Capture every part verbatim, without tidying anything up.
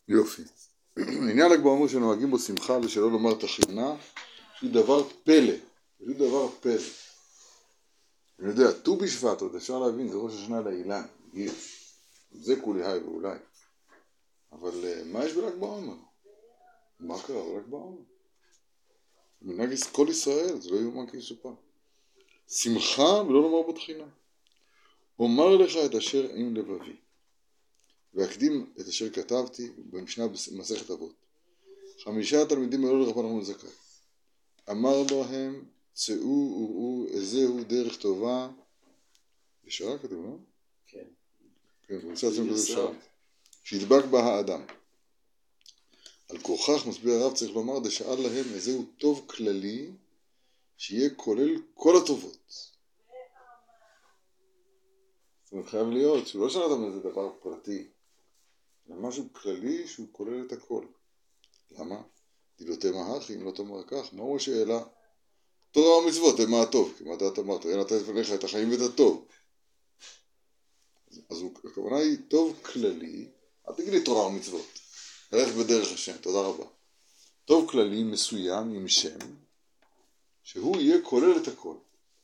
יופי. עניין ל"ג בעומר שנוהגים בו שמחה ושלא לומר תחינה, הוא דבר פלא, הוא דבר פלא. אני יודע, ט"ו בשבט עוד אפשר להבין, זה ראש השנה לאילן, זה כולי היי ואולי. אבל מה יש בל"ג בעומר? מה קרה בל"ג בעומר? מנהג כל ישראל, זה לא יאומן כי יסופר. שמחה ולא לומר בו תחינה. אומר לך את אשר עם לבבי, ואקדים את אשר כתבתי במשנה במסכת אבות. חמישה תלמידים עלו לרבן נחמן בן זכאי. אמר להם, צאו וראו איזהו דרך טובה. ישרה כתוב, לא? כן. כן, במצד עצמם כתוב ישרה. שידבק בה האדם. על כוכך מסביר הרב צריך לומר, דשאל להם איזהו טוב כללי, שיהיה כולל כל הטובות. זאת אומרת, חייב להיות, שהוא לא שאל אותם איזה דבר פרטי, אלא משהו כללי שהוא כולל את הכל. למה? דילותי מהכי, אם לא תאמר כך, מהו השאלה? תורה ומצוות, מה הטוב? כי מה דעת אמרת, אין אתה לפניך את החיים ואת הטוב. אז, אז הכוונה היא טוב כללי, אל תגיד לי תורה ומצוות, הלך בדרך השם, תודה רבה. טוב כללי מסוים עם שם, שהוא יהיה כולל את הכל.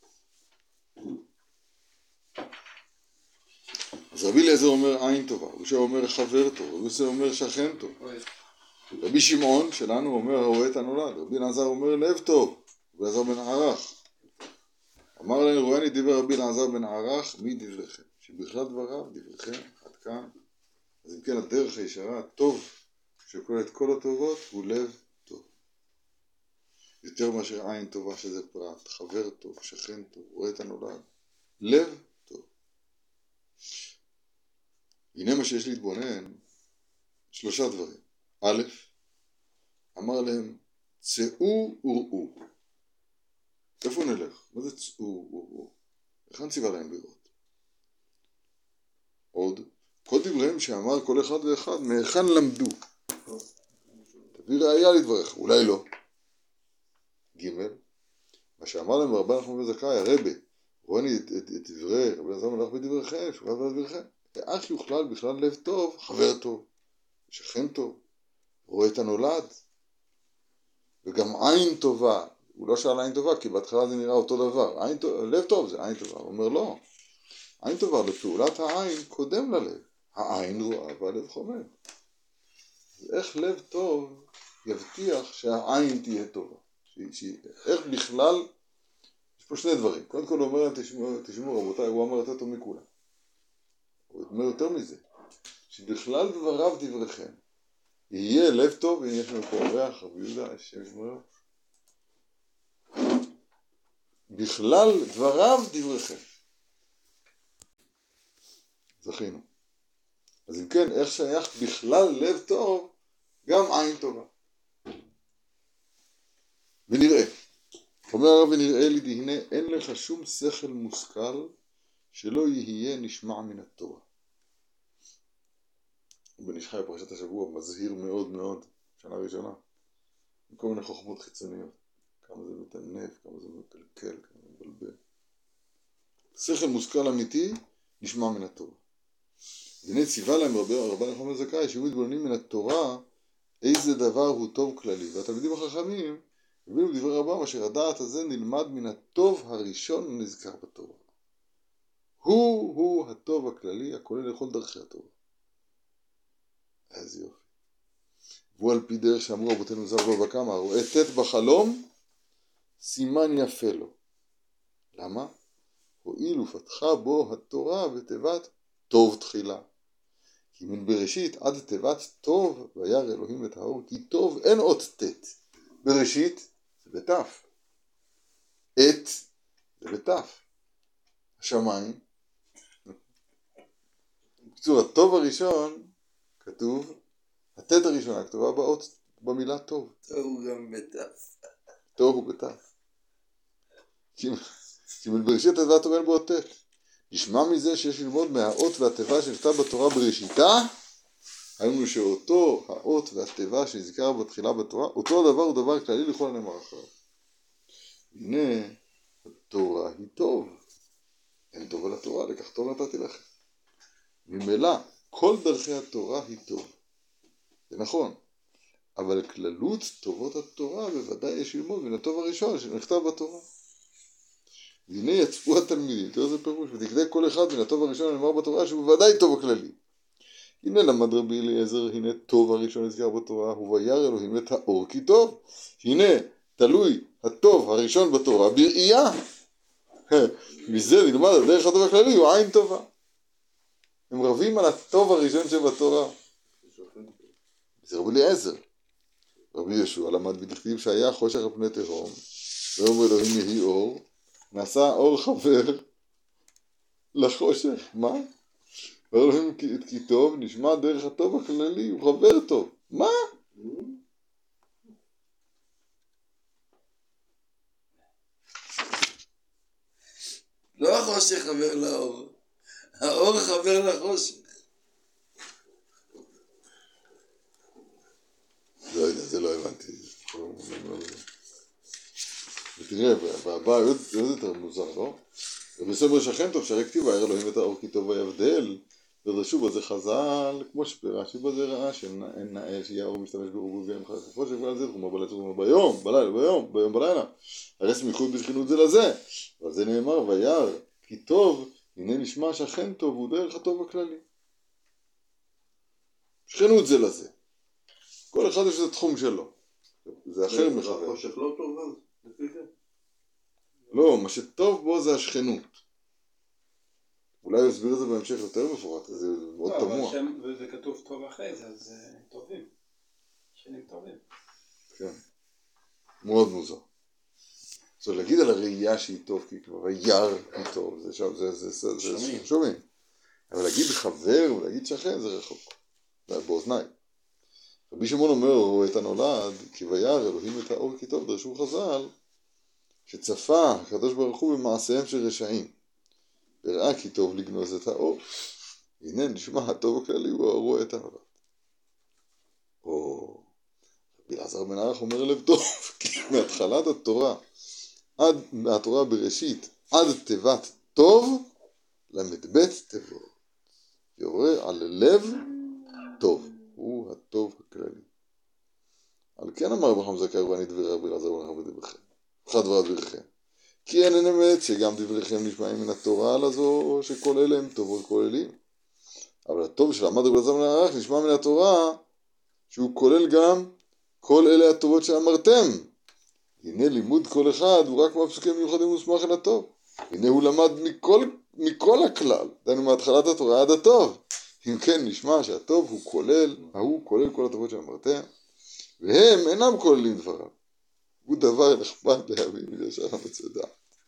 אז רבי אליעזר אומר עין טובה, רבי יהושע אומר חבר טוב, רבי יוסף אומר שכן טוב. רבי שמעון שלנו אומר הרואה את הנולד, רבי אלעזר אומר לב טוב, רבי אלעזר בן ערך. אמר להם רואיני דיבר רבי אלעזר בן ערך מדבריכם, שבכלל דבריו דבריכם עד כאן. אז אם כן הדרך הישרה, טוב שכולל את כל הטובות הוא לב טוב. יותר מאשר עין טובה שזה פרט, חבר טוב, שכן טוב, רואה את הנולד, לב טוב. הנה מה שיש להתבונן, שלושה דברים. א', אמר להם, צאו וראו. איפה נלך? מה זה צאו וראו? היכן ציווה להם לראות? עוד, כל דבריהם שאמר כל אחד ואחד, מהיכן למדו? תביא ראיה לדבריך, אולי לא. ג', מה שאמר להם רבן נחמן בן זכאי, הרבי, רוני את, את, את דברי, רבי אלעזר מלך בדבריכם, שוקף בדבריכם. ואך יוכלל בכלל לב טוב, חבר טוב, שכן טוב, רואה את הנולד, וגם עין טובה. הוא לא שאל עין טובה, כי בהתחלה זה נראה אותו דבר. עין טוב, לב טוב זה עין טובה. הוא אומר לא. עין טובה לפעולת העין קודם ללב. העין רואה והלב חומד. אז איך לב טוב יבטיח שהעין תהיה טובה? ש... ש... איך בכלל, יש פה שני דברים. קודם כל הוא אומר להם, תשמעו, תשמעו רבותיי, הוא אומר יותר טוב מכולם. הוא אומר יותר מזה. שבכלל דבריו דבריכם. יהיה לב טוב, ואם יש לנו פה אורח, רבי יהודה, השם ישמרהו. בכלל דבריו דבריכם. זכינו. אז אם כן, איך שייך בכלל לב טוב, גם עין טובה. ונראה. אומר הרב ונראה לי דהנה, אין לך שום שכל מושכל שלא יהיה נשמע מן התורה. בן איש חי בפרשת השבוע מזהיר מאוד מאוד, שנה ראשונה, עם כל מיני חוכמות חיצוניות. כמה זה מטנף, כמה זה מקלקל, כמה זה מבלבל. שכל מושכל אמיתי נשמע מן התורה. והנה ציווה להם רבן נחמן בן זכאי שהיו מתבוננים מן התורה איזה דבר הוא טוב כללי. והתלמידים החכמים הבינו בדברי רבם אשר הדעת הזה נלמד מן הטוב הראשון הנזכר בתורה. הוא הוא הטוב הכללי הכולל לכל דרכי התורה. איזה יופי. והוא על פי דרך שאמרו רבותינו ז"ל בבא קמא, רואה ט' בחלום סימן יפה לו. למה? הואיל ופתחה בו התורה בתיבת טוב תחילה. כי מן בראשית עד תיבת טוב וירא אלוהים את האור, כי טוב אין עוד ט'. בראשית זה בתף. עת זה בתף. השמיים. בקיצור, הטוב הראשון כתוב, הט' הראשונה כתובה באות, במילה טוב. טוב הוא גם בתף. טוב הוא בתף. כי מן בראשית התיבת טוב אין בו ט'. נשמע מזה שיש ללמוד מהאות והתיבה שנכתב בתורה בראשיתה, היינו שאותו האות והתיבה שנזכר בתחילה בתורה, אותו הדבר הוא דבר כללי לכל הנאמר אחריו. הנה, התורה היא טוב. אין טוב על התורה, לכך טוב נתתי לכם. ממילא, כל דרכי התורה היא טוב. זה נכון. אבל כללות טובות התורה בוודאי יש ללמוד מן הטוב הראשון שנכתב בתורה. והנה יצאו התלמידים, תראה זה פירוש, ותקנה כל אחד מן הטוב הראשון הנאמר בתורה שהוא בוודאי טוב הכללי. הנה למד רבי אליעזר, הנה טוב הראשון נזכר בתורה, ובירא אלוהים את האור כי טוב. הנה תלוי הטוב הראשון בתורה בראייה. מזה נלמד הדרך הטוב הכללי הוא עין טובה. הם רבים על הטוב הראשון שבתורה. זה רבי אליעזר. רבי ישוע למד בדכתיב שהיה חושך על פני תהום, ואומר אלוהים יהי אור, נעשה אור חבר לחושך. מה? ואלוהים כי טוב, נשמע דרך הטוב הכללי, הוא חבר טוב. מה? לא החושך חבר לאור, האור חבר לחושך. לא יודע, זה לא הבנתי. ותראה, והבא עוד יותר מוזר, לא? ובסמר שכן טוב, שהרי כתיב, וירא אלוהים את האור כי טוב ויבדל, ודרשו בזה חז"ל, כמו שרש"י בזה ראה, שאין נאה שיהיה האור משתמש ברובי ואין חשך חושך, ועל זה תחומה בלילה תחומה ביום, בלילה, ביום, ביום בלילה. הרי סמיכות בשכנות זה לזה. ועל זה נאמר, וירא כי טוב, הנה נשמע שכן טוב, הוא דרך הטוב הכללי. שכנות זה לזה. כל אחד יש את התחום שלו. זה אחר מחבר. החושך לא טוב אז, לפי זה? לא, מה שטוב בו זה השכנות. אולי הוא יסביר את זה בהמשך יותר מפורט, זה מאוד תמוה. וזה כתוב טוב אחרי זה, אז טובים. שנים טובים. כן. מאוד מוזר. זאת אומרת, להגיד על הראייה שהיא טוב, כי כבר היער היא טוב, זה שם, זה, זה, זה, זה, שומעים. אבל להגיד חבר ולהגיד שכן זה רחוק. זה באוזניים. רבי שמעון אומר, הוא את הנולד, כי וירא אלוהים את האור כי טוב, דרשו חז"ל, שצפה הקדוש ברוך הוא במעשיהם של רשעים. וראה כי טוב לגנוז את האור. הנה נשמע הטוב הכללי הוא האור את הנולד. או רבי אלעזר בן ערך אומר לב טוב, כי מהתחלת התורה, עד מהתורה בראשית, עד תיבת טוב, למדבט תיבות. יורה על לב טוב, הוא הטוב הכללי. על כן אמר רבי חמא זכאי ואני דברי רבי אלעזר בן ערך בדבריכם. אחד דברי דבריכם. כי אין אמת שגם דבריכם נשמעים מן התורה על הזו שכל אלה הם טובות כוללים. אבל הטוב שלמד רבי אלעזר בן ערך נשמע מן התורה שהוא כולל גם כל אלה הטובות שאמרתם. הנה לימוד כל אחד הוא רק מהפסוקים מיוחדים ומוסמך אל הטוב. הנה הוא למד מכל, מכל הכלל, דהיינו מהתחלת התורה עד הטוב. אם כן נשמע שהטוב הוא כולל, ההוא כולל כל הטובות שאמרתם, והם אינם כוללים דבריו. הוא דבר נחמד להבין מישר המצדה.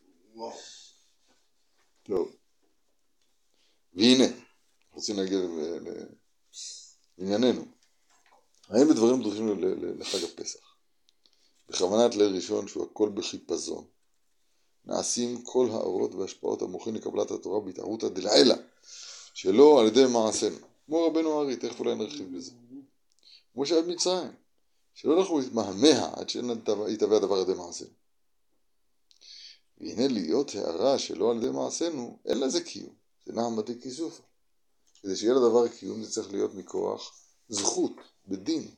טוב. והנה, רוצים להגיע לענייננו. האם בדברים דורשים לחג הפסח? בכוונת ליל ראשון שהוא הכל בחיפזון. נעשים כל האורות והשפעות המוחים לקבלת התורה בהתערותא דלעילא, שלא על ידי מעשינו. כמו רבנו הארי, תכף אולי נרחיב בזה. כמו שהיה במצרים, שלא אנחנו להתמהמה עד שיתהווה הדבר על ידי מעשינו. והנה להיות הערה שלא על ידי מעשינו, אין לזה קיום. זה נעם בתי כיסופה. כדי שיהיה לדבר קיום זה צריך להיות מכוח זכות, בדין.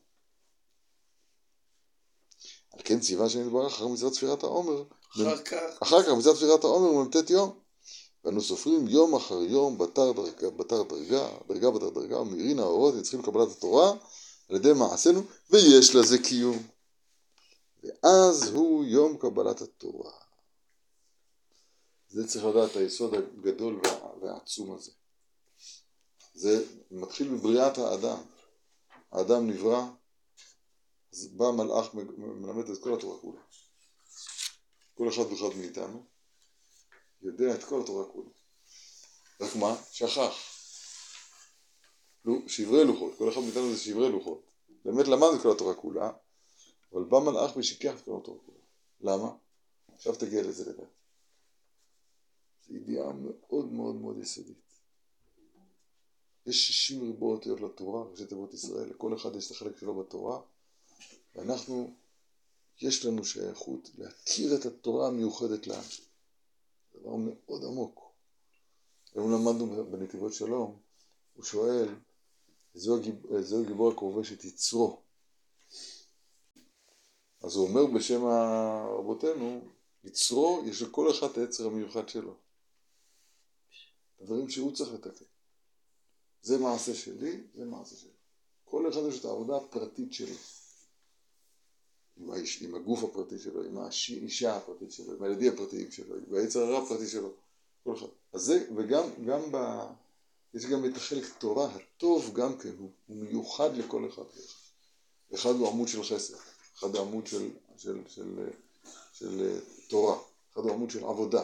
על כן ציווה שנתברך אחר מצוות ספירת העומר. אחר כך. אחר כך מצוות ספירת העומר ממתת יום. ואנו סופרים יום אחר יום בתר דרגה, בתר דרגה, דרגה בתר דרגה, ומאירין האורות נצטרכים לקבלת התורה על ידי מעשינו, ויש לזה קיום. ואז הוא יום קבלת התורה. זה צריך לדעת היסוד הגדול והעצום הזה. זה מתחיל בבריאת האדם. האדם נברא, אז בא מלאך מלמד את כל התורה כולה. כל אחד ואחד מאיתנו יודע את כל התורה כולה. רק מה? שכח. שברי לוחות, כל אחד מאיתנו זה שברי לוחות. באמת למד את כל התורה כולה, אבל בא מלאך ושיקח את כל התורה כולה. למה? עכשיו תגיע לזה לבד. זו ידיעה מאוד מאוד מאוד יסודית. יש שישים ריבוע אותיות לתורה, ראשי תיבות ישראל, לכל אחד יש את החלק שלו בתורה, ואנחנו, יש לנו שייכות להכיר את התורה המיוחדת לנו. זה דבר מאוד עמוק. היום למדנו בנתיבות שלום, הוא שואל, זהו גיבור הכובש את יצרו. אז הוא אומר בשם רבותינו, יצרו יש לכל אחד את היצר המיוחד שלו. הדברים שהוא צריך לתקן. זה מעשה שלי, זה מעשה שלי. כל אחד יש את העבודה הפרטית שלו. עם, האיש, עם הגוף הפרטי שלו, עם האישה הפרטית שלו, עם הילדים הפרטיים שלו, עם היצר הרע הפרטי שלו. כל אחד. אז זה, וגם גם ב... יש גם את החלק תורה, הטוב גם כן, הוא, הוא מיוחד לכל אחד. אחד הוא עמוד של חסד, אחד הוא עמוד של, של, של, של, של תורה, אחד הוא עמוד של עבודה.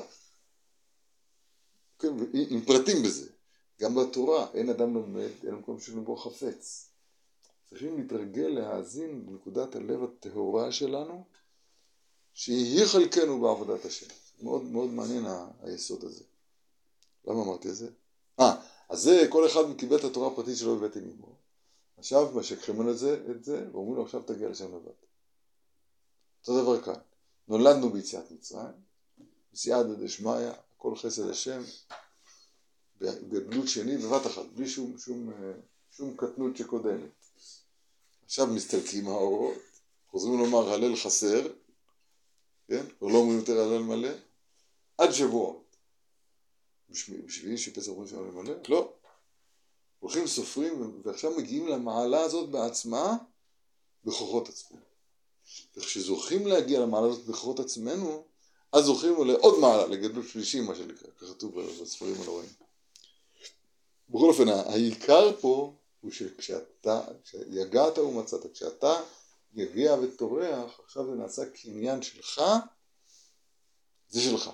כן, עם פרטים בזה. גם בתורה אין אדם לומד, אין מקום שלבו חפץ. צריכים להתרגל להאזין בנקודת הלב הטהורה שלנו, שיהיה חלקנו בעבודת השם. מאוד מאוד מעניין היסוד הזה. למה אמרתי את זה? אה, אז זה כל אחד קיבל את התורה הפרטית שלו בבית אמו. עכשיו משקחים לו את זה, את זה, ואומרים לו עכשיו תגיע לשם לבד. אותו דבר כאן. נולדנו ביציאת מצרים, בסייעתא דשמיא, הכל חסד השם, בגדלות שני בבת אחת, בלי שום, שום, שום קטנות שקודמת. עכשיו מסתלקים האורות, חוזרים לומר הלל חסר, כן? או לא אומרים יותר הלל מלא, עד שבוע. בשביעי שפסח אומרים שהלל מלא? לא. הולכים סופרים, ועכשיו מגיעים למעלה הזאת בעצמה, בכוחות עצמנו. וכשזוכים להגיע למעלה הזאת בכוחות עצמנו, אז זוכים לעוד מעלה, לגדלות שלישי, מה שנקרא, ככה כתוב בספרים הנוראים. בכל אופן, העיקר פה הוא שכשאתה, כשיגעת ומצאת, כשאתה יגיע וטורח, עכשיו זה נעשה קניין שלך, זה שלך.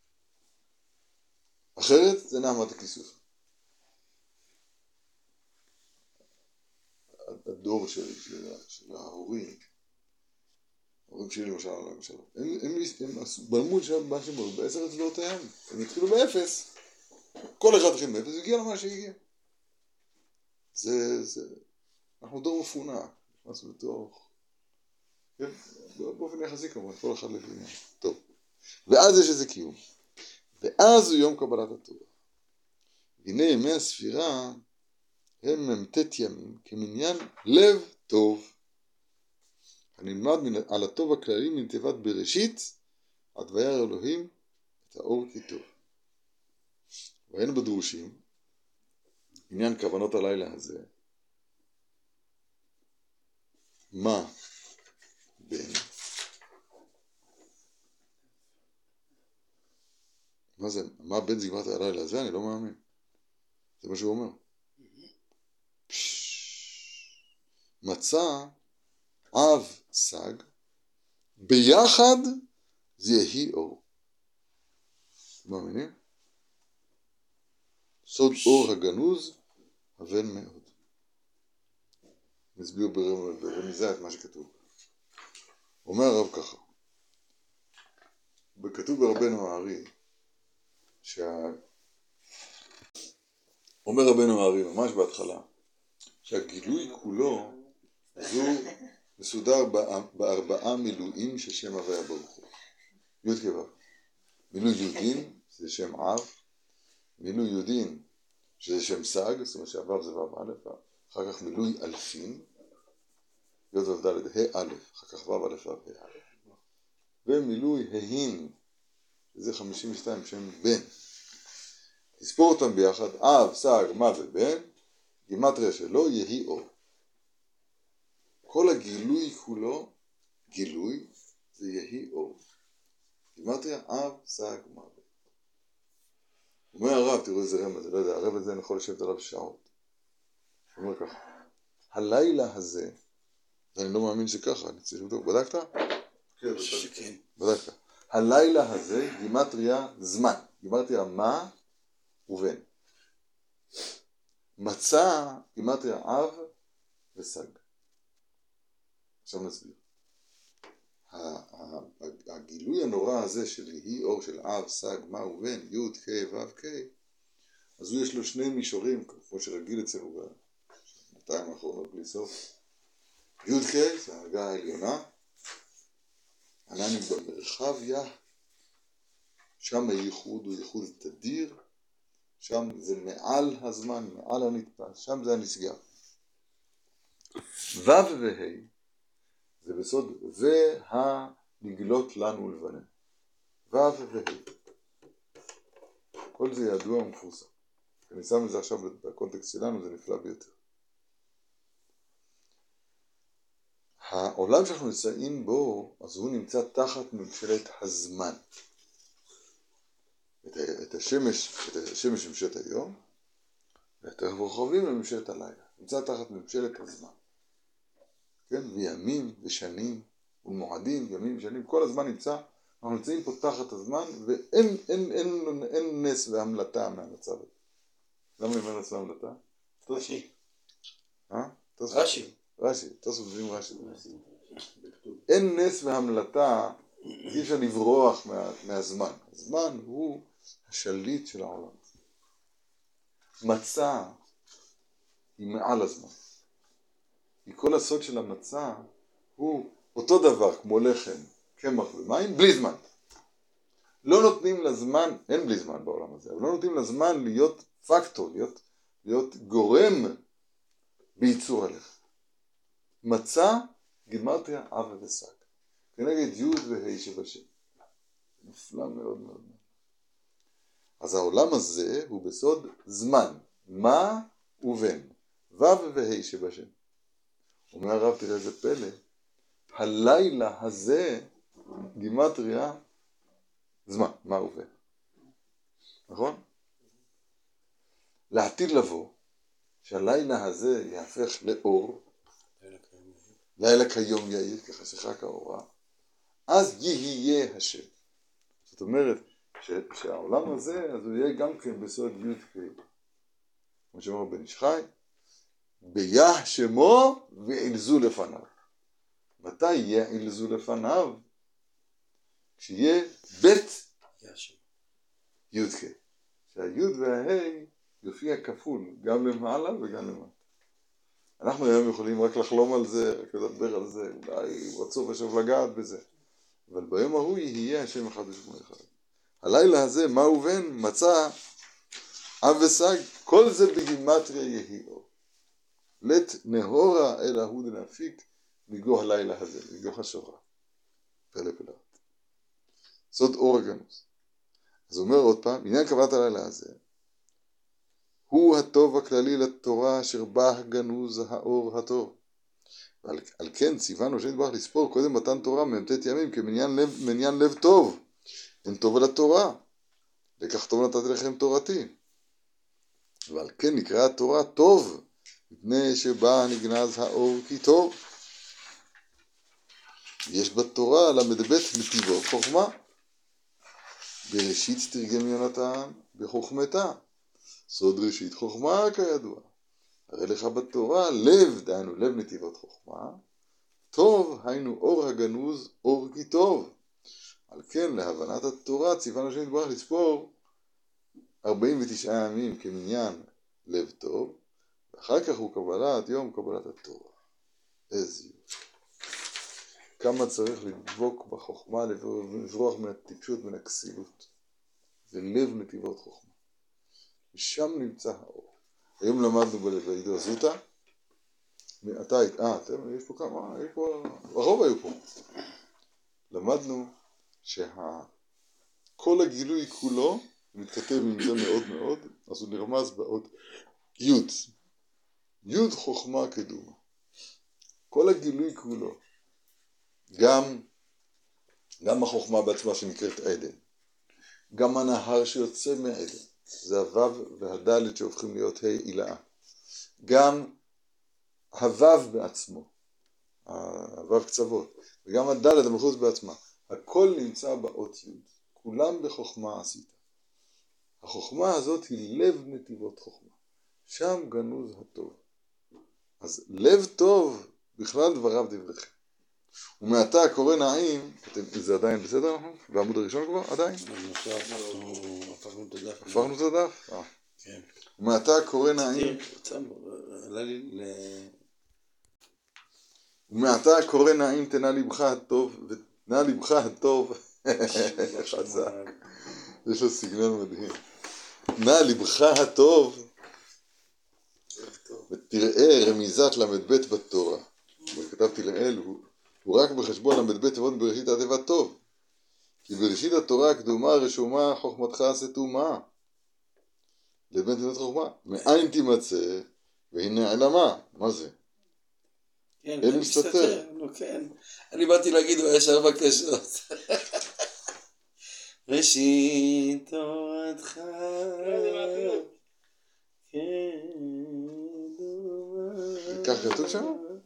אחרת זה נעמת הכיסוף. הדור של, של, של ההורים, ההורים שלי למשל, למשל, הם, הם, הם, הם בלמוד שם מה שמור, בעשר אצבעותיהם, הם התחילו באפס, כל אחד התחיל באפס, הגיע למה שהגיע. זה, זה, אנחנו דור מפונק, נכנסנו לתוך, כן, באופן יחסי כמובן, כל אחד לפי עניין. טוב, ואז יש איזה קיום, ואז הוא יום קבלת התורה. והנה ימי הספירה, הם ממתת ימים כמניין לב טוב. הנלמד מן, על הטוב הכללי מנתיבת בראשית, עד וירא אלוהים את האור כי טוב. והיינו בדרושים, עניין כוונות הלילה הזה, מה בין, מה זה, מה בין זגמת הלילה הזה? אני לא מאמין. זה מה שהוא אומר. מצא אב סג, ביחד זה יהי אור. מאמינים? סוד אור הגנוז, הבן מאוד. נסביר ברמיזה את מה שכתוב. אומר הרב ככה, וכתוב ברבנו הארי, שה... אומר רבנו הארי, ממש בהתחלה, שהגילוי כולו, אז הוא מסודר בארבעה מילואים ששם הוויה ברוך הוא. י' כו'. מילוי יודין, זה שם אב, מילוי יודין, שזה שם סג, זאת אומרת שהו' זה ו' א', אחר כך מילוי אלפין, י' ו' ד' ה' א', אחר כך ו' א' ו' ה' א', ומילוי ההין, שזה חמישים ושתיים שם בן. תספור אותם ביחד, אב, סג, מה ובן, גימטריה שלו יהי אור. כל הגילוי כולו, גילוי, זה יהי אור. גימטריה, אב, סג, מה ובן. אומר הרב, תראו איזה רמז, לא יודע, הרב הזה אני יכול לשבת עליו שעות. הוא אומר ככה, הלילה הזה, ואני לא מאמין שככה, אני צריך לבדוק, בדקת? כן, כן. בדקת. הלילה הזה, גימטריה זמן, גימטריה מה ובן. מצא גימטריה אב וסג. עכשיו נסביר. הגילוי הנורא הזה של יהי אור של אב, סג, מה ובן, י' כ' ו' כ', אז הוא יש לו שני מישורים, כמו שרגיל אצלנו בשנתיים האחרונות בלי סוף. י' כ' זה ההרגה העליונה, עננים במרחביה, שם הייחוד הוא ייחוד תדיר, שם זה מעל הזמן, מעל הנתפס, שם זה הנסגר. ו' וה' זה בסוד והנגלות לנו לבנן. ו' וה'. כל זה ידוע ומפורסם. אני שם את זה עכשיו בקונטקסט שלנו, זה נפלא ביותר. העולם שאנחנו נמצאים בו, אז הוא נמצא תחת ממשלת הזמן. את, את השמש, את השמש ממשלת היום, ואת הרחובים לממשלת הלילה. נמצא תחת ממשלת הזמן. כן? וימים ושנים ומועדים, ימים ושנים, כל הזמן נמצא, אנחנו נמצאים פה תחת הזמן, ואין אין, אין, אין, אין נס והמלטה מהמצב הזה. למה אני אומר נס והמלטה? רש"י. אה? רש"י. רש"י, תעשו בזים רש"י. אין נס והמלטה, אי אפשר לברוח מה, מהזמן. הזמן הוא השליט של העולם. מצה היא מעל הזמן. כי כל הסוד של המצה הוא אותו דבר כמו לחם, קמח ומים, בלי זמן. לא נותנים לזמן, אין בלי זמן בעולם הזה, אבל לא נותנים לזמן להיות פקטור, להיות, להיות גורם בייצור הלחם. מצה, גימטריה, אב וסג. כנגד י' וה' שבשם. נפלא מאוד מאוד. אז העולם הזה הוא בסוד זמן, מה ובין, ו' וה' שבשם. אומר הרב, תראה איזה פלא, הלילה הזה גימטריה זמן, מה ובין. נכון? לעתיד לבוא, שהלילה הזה יהפך לאור, לילה כיום יאיר, כחשיכה כאורה, אז יהיה השם. זאת אומרת, ש- שהעולם הזה, אז הוא יהיה גם כן בסוד י' כ'. כמו שאומר בן איש חי, ביח שמו ועילזו לפניו. מתי יעילזו לפניו? כשיהיה בית י' כ'. שהי' והה' יופיע כפול, גם למעלה וגם למטה. אנחנו היום יכולים רק לחלום על זה, רק לדבר על זה, אולי רצוף עכשיו לגעת בזה. אבל ביום ההוא יהיה השם אחד ושמו אחד. הלילה הזה, מה ובין? מצא, אב וסג, כל זה בגימטריה יהי אור. לת נהורה אל ההוא דנפיק מגו הלילה הזה, מגו השורה. פלא פלא. סוד אור הגנוז. אז הוא אומר עוד פעם, עניין קבלת הלילה הזה, הוא הטוב הכללי לתורה אשר בה הגנוז האור הטוב. ועל על כן ציוונו השם יתברך לספור קודם מתן תורה מ"ט ימים כמניין לב, מניין לב טוב. אין טוב על התורה. לקח טוב נתתי לכם תורתי. ועל כן נקרא התורה טוב, מפני שבה נגנז האור כי טוב. יש בתורה למד ב' נתיבו חוכמה. בראשית תרגם יונתן בחוכמתה. סוד ראשית חוכמה כידוע. הרי לך בתורה לב, דהיינו לב נתיבות חוכמה, טוב היינו אור הגנוז אור כי טוב. על כן להבנת התורה ציוונו השם יתברך לספור ארבעים ותשעה ימים כמניין לב טוב, ואחר כך הוא קבלת יום קבלת התורה. איזה יופי. כמה צריך לדבוק בחוכמה, לברוח מן הטיפשות, מן הכסילות. זה לב נתיבות חוכמה. ושם נמצא האור. היום למדנו בלידו זוטה. אתה היית, אה, אתם, יש פה כמה, יש פה, הרוב היו פה. למדנו שכל הגילוי כולו מתכתב עם זה מאוד מאוד, אז הוא נרמז בעוד י' י' חוכמה קדומה. כל הגילוי כולו, גם, גם החוכמה בעצמה שנקראת עדן, גם הנהר שיוצא מעדן, זה הוו והדלת שהופכים להיות ה' עילאה, גם הוו בעצמו, הוו קצוות, וגם הדלת המחוץ בעצמה, הכל נמצא באות י', כולם בחוכמה עשית. החוכמה הזאת היא לב נתיבות חוכמה, שם גנוז הטוב. אז לב טוב בכלל דבריו דבריכם. ומעתה קורא נעים, זה עדיין בסדר אנחנו? בעמוד הראשון כבר? עדיין? הפכנו את הדף. הפכנו את הדף? אה. כן. ומעתה קורא נעים. עלה לי ל... ומעתה קורא נעים תנא לבך הטוב, ותנא לבך הטוב. חזק. יש לו סגנון מדהים. נא לבך הטוב. ותראה רמיזת למד ב' בתורה. וכתבתי לאל, הוא, הוא רק בחשבון למד ב' תיבות בראשית התיבת טוב. כי בראשית התורה הקדומה רשומה חוכמתך עשה טומאה. לבן תיבת חוכמה. מאין תימצא והיא נעלמה. מה זה? כן, אין מסתתר. נו כן. אני באתי להגיד, הוא היה שר בקשות. ראשית תורתך. כן. כך כתוב שם?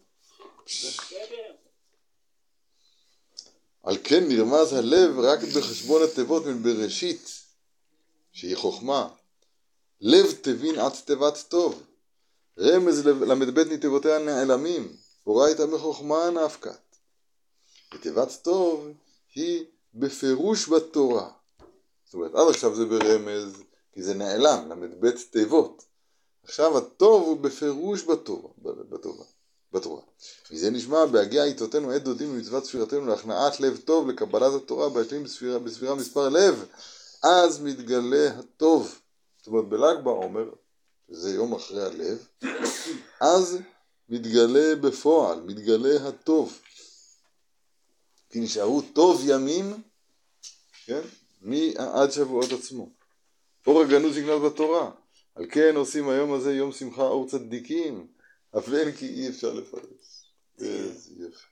על כן נרמז הלב רק בחשבון התיבות מבראשית, שהיא חוכמה. לב תבין עד תיבת טוב. רמז למד ב' נתיבותיה נעלמים. אורייתא מחוכמה נפקת. ותיבת טוב היא בפירוש בתורה. זאת אומרת, עד עכשיו זה ברמז, כי זה נעלם, למד ב' תיבות. עכשיו הטוב הוא בפירוש בתורה, בתורה, בתורה. מזה נשמע בהגיע עיתותינו עת דודים במצוות ספירתנו להכנעת לב טוב לקבלת התורה, בהשלים בספירה, בספירה מספר לב, אז מתגלה הטוב. זאת אומרת, בל"ג בעומר, שזה יום אחרי הלב, אז מתגלה בפועל, מתגלה הטוב. כי נשארו טוב ימים, כן? מעד שבועות עצמו. אור הגנוז נגנז בתורה. על כן עושים היום הזה יום שמחה אור צדיקים, אף אין כי אי אפשר לפרש. איזה יפה.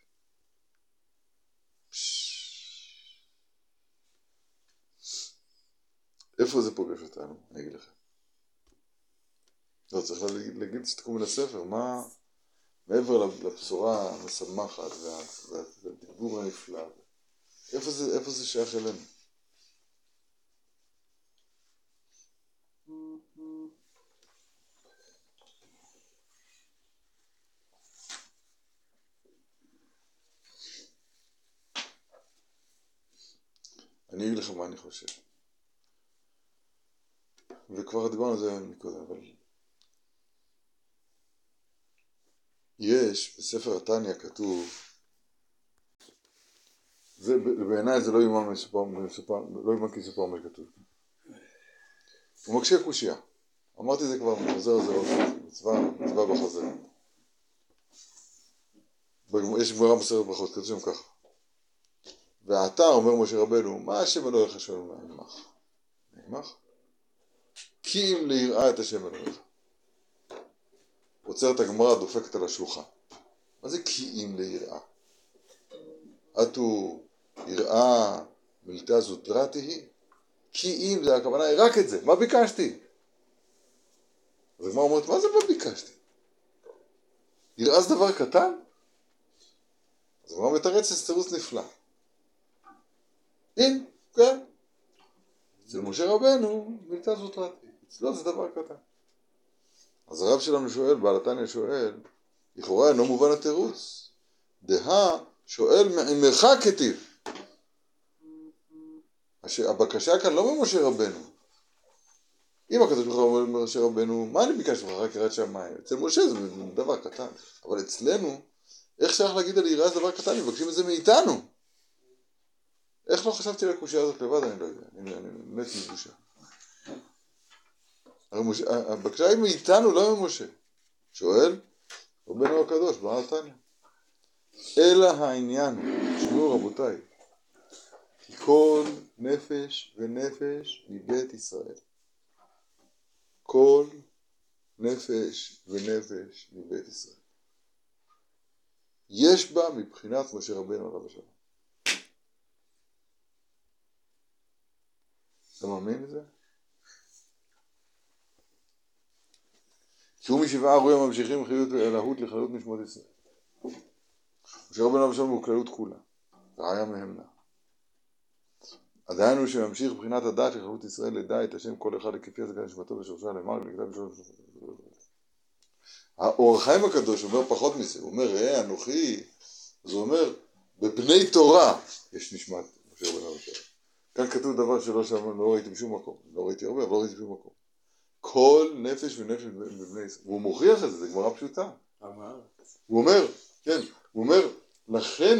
איפה זה פוגש אותנו? אני אגיד לכם. לא, צריך להגיד, להגיד שתקום מן הספר, מה מעבר לבשורה המשמחת והדיבור הנפלא, איפה זה, איפה זה שייך אלינו? אני אגיד לכם מה אני חושב. וכבר דיברנו על זה מקודם, אבל יש בספר התניא כתוב, זה בעיניי זה לא יאומן מסופר, לא יאומן כי סופר מה שכתוב. הוא מקשה קושיה. אמרתי זה כבר, חוזר על זה עוד, מצווה, מצווה בחזר. יש גמרא בספר ברכות, כתוב שם ככה. ועתה אומר משה רבנו, מה השם אלוהיך שואל נעמך? נעמך? כי אם ליראה את השם אלוהיך. עוצרת הגמרא, דופקת על השלוחה. מה זה כי אם ליראה? עתו יראה מילתא זוטרתי היא? כי אם זה הכוונה, רק את זה, מה ביקשתי? אז הגמרא אומרת, מה זה מה ביקשתי? יראה זה דבר קטן? אז הגמרא מתרץ את תירוץ נפלא. אם, כן. אצל משה רבנו, מילתא זוטרתי. אצלו זה דבר קטן. אז הרב שלנו שואל, בעל התניא שואל, לכאורה אינו מובן התירוץ. דהה שואל מעמך כתיב. הבקשה כאן לא ממשה רבנו. אם הקדוש ברוך הוא אומר למשה רבנו, מה אני ביקשתי ממך רק יראת שמיים? אצל משה זה דבר קטן. אבל אצלנו, איך שייך להגיד על יראה זה דבר קטן? מבקשים את זה מאיתנו. איך לא חשבתי על הקושיה הזאת לבד? אני לא יודע. אני, אני מת מבושה. הבקשה היא מאיתנו, לא ממשה. שואל, רבנו הקדוש, בעל התניא. אלא העניין, שמעו רבותיי, כי כל נפש ונפש מבית ישראל. כל נפש ונפש מבית ישראל. יש בה מבחינת משה רבנו עליו השלום. אתה מאמין לזה? כי הוא משבעה רואים ממשיכים חיות אלהות לחיות נשמות ישראל. משה רבנו עליו השלום הוא כללות כולה. רעיה מהמנה. עדיין הוא שממשיך מבחינת הדעת של חיות ישראל לדע את השם כל אחד לכפי הזקן נשמתו ושורשה למעלה ולכתב בשורשה. האור החיים הקדוש אומר פחות מזה, הוא אומר ראה אנוכי, אז הוא אומר בבני תורה יש נשמת משה רבנו עליו השלום. כאן כתוב דבר שלא שם, לא ראיתי בשום מקום, לא ראיתי הרבה, אבל לא ראיתי בשום מקום. כל נפש ונפש בבני ישראל, והוא מוכיח את זה, זה גמרא פשוטה. הוא אומר, כן, הוא אומר, לכן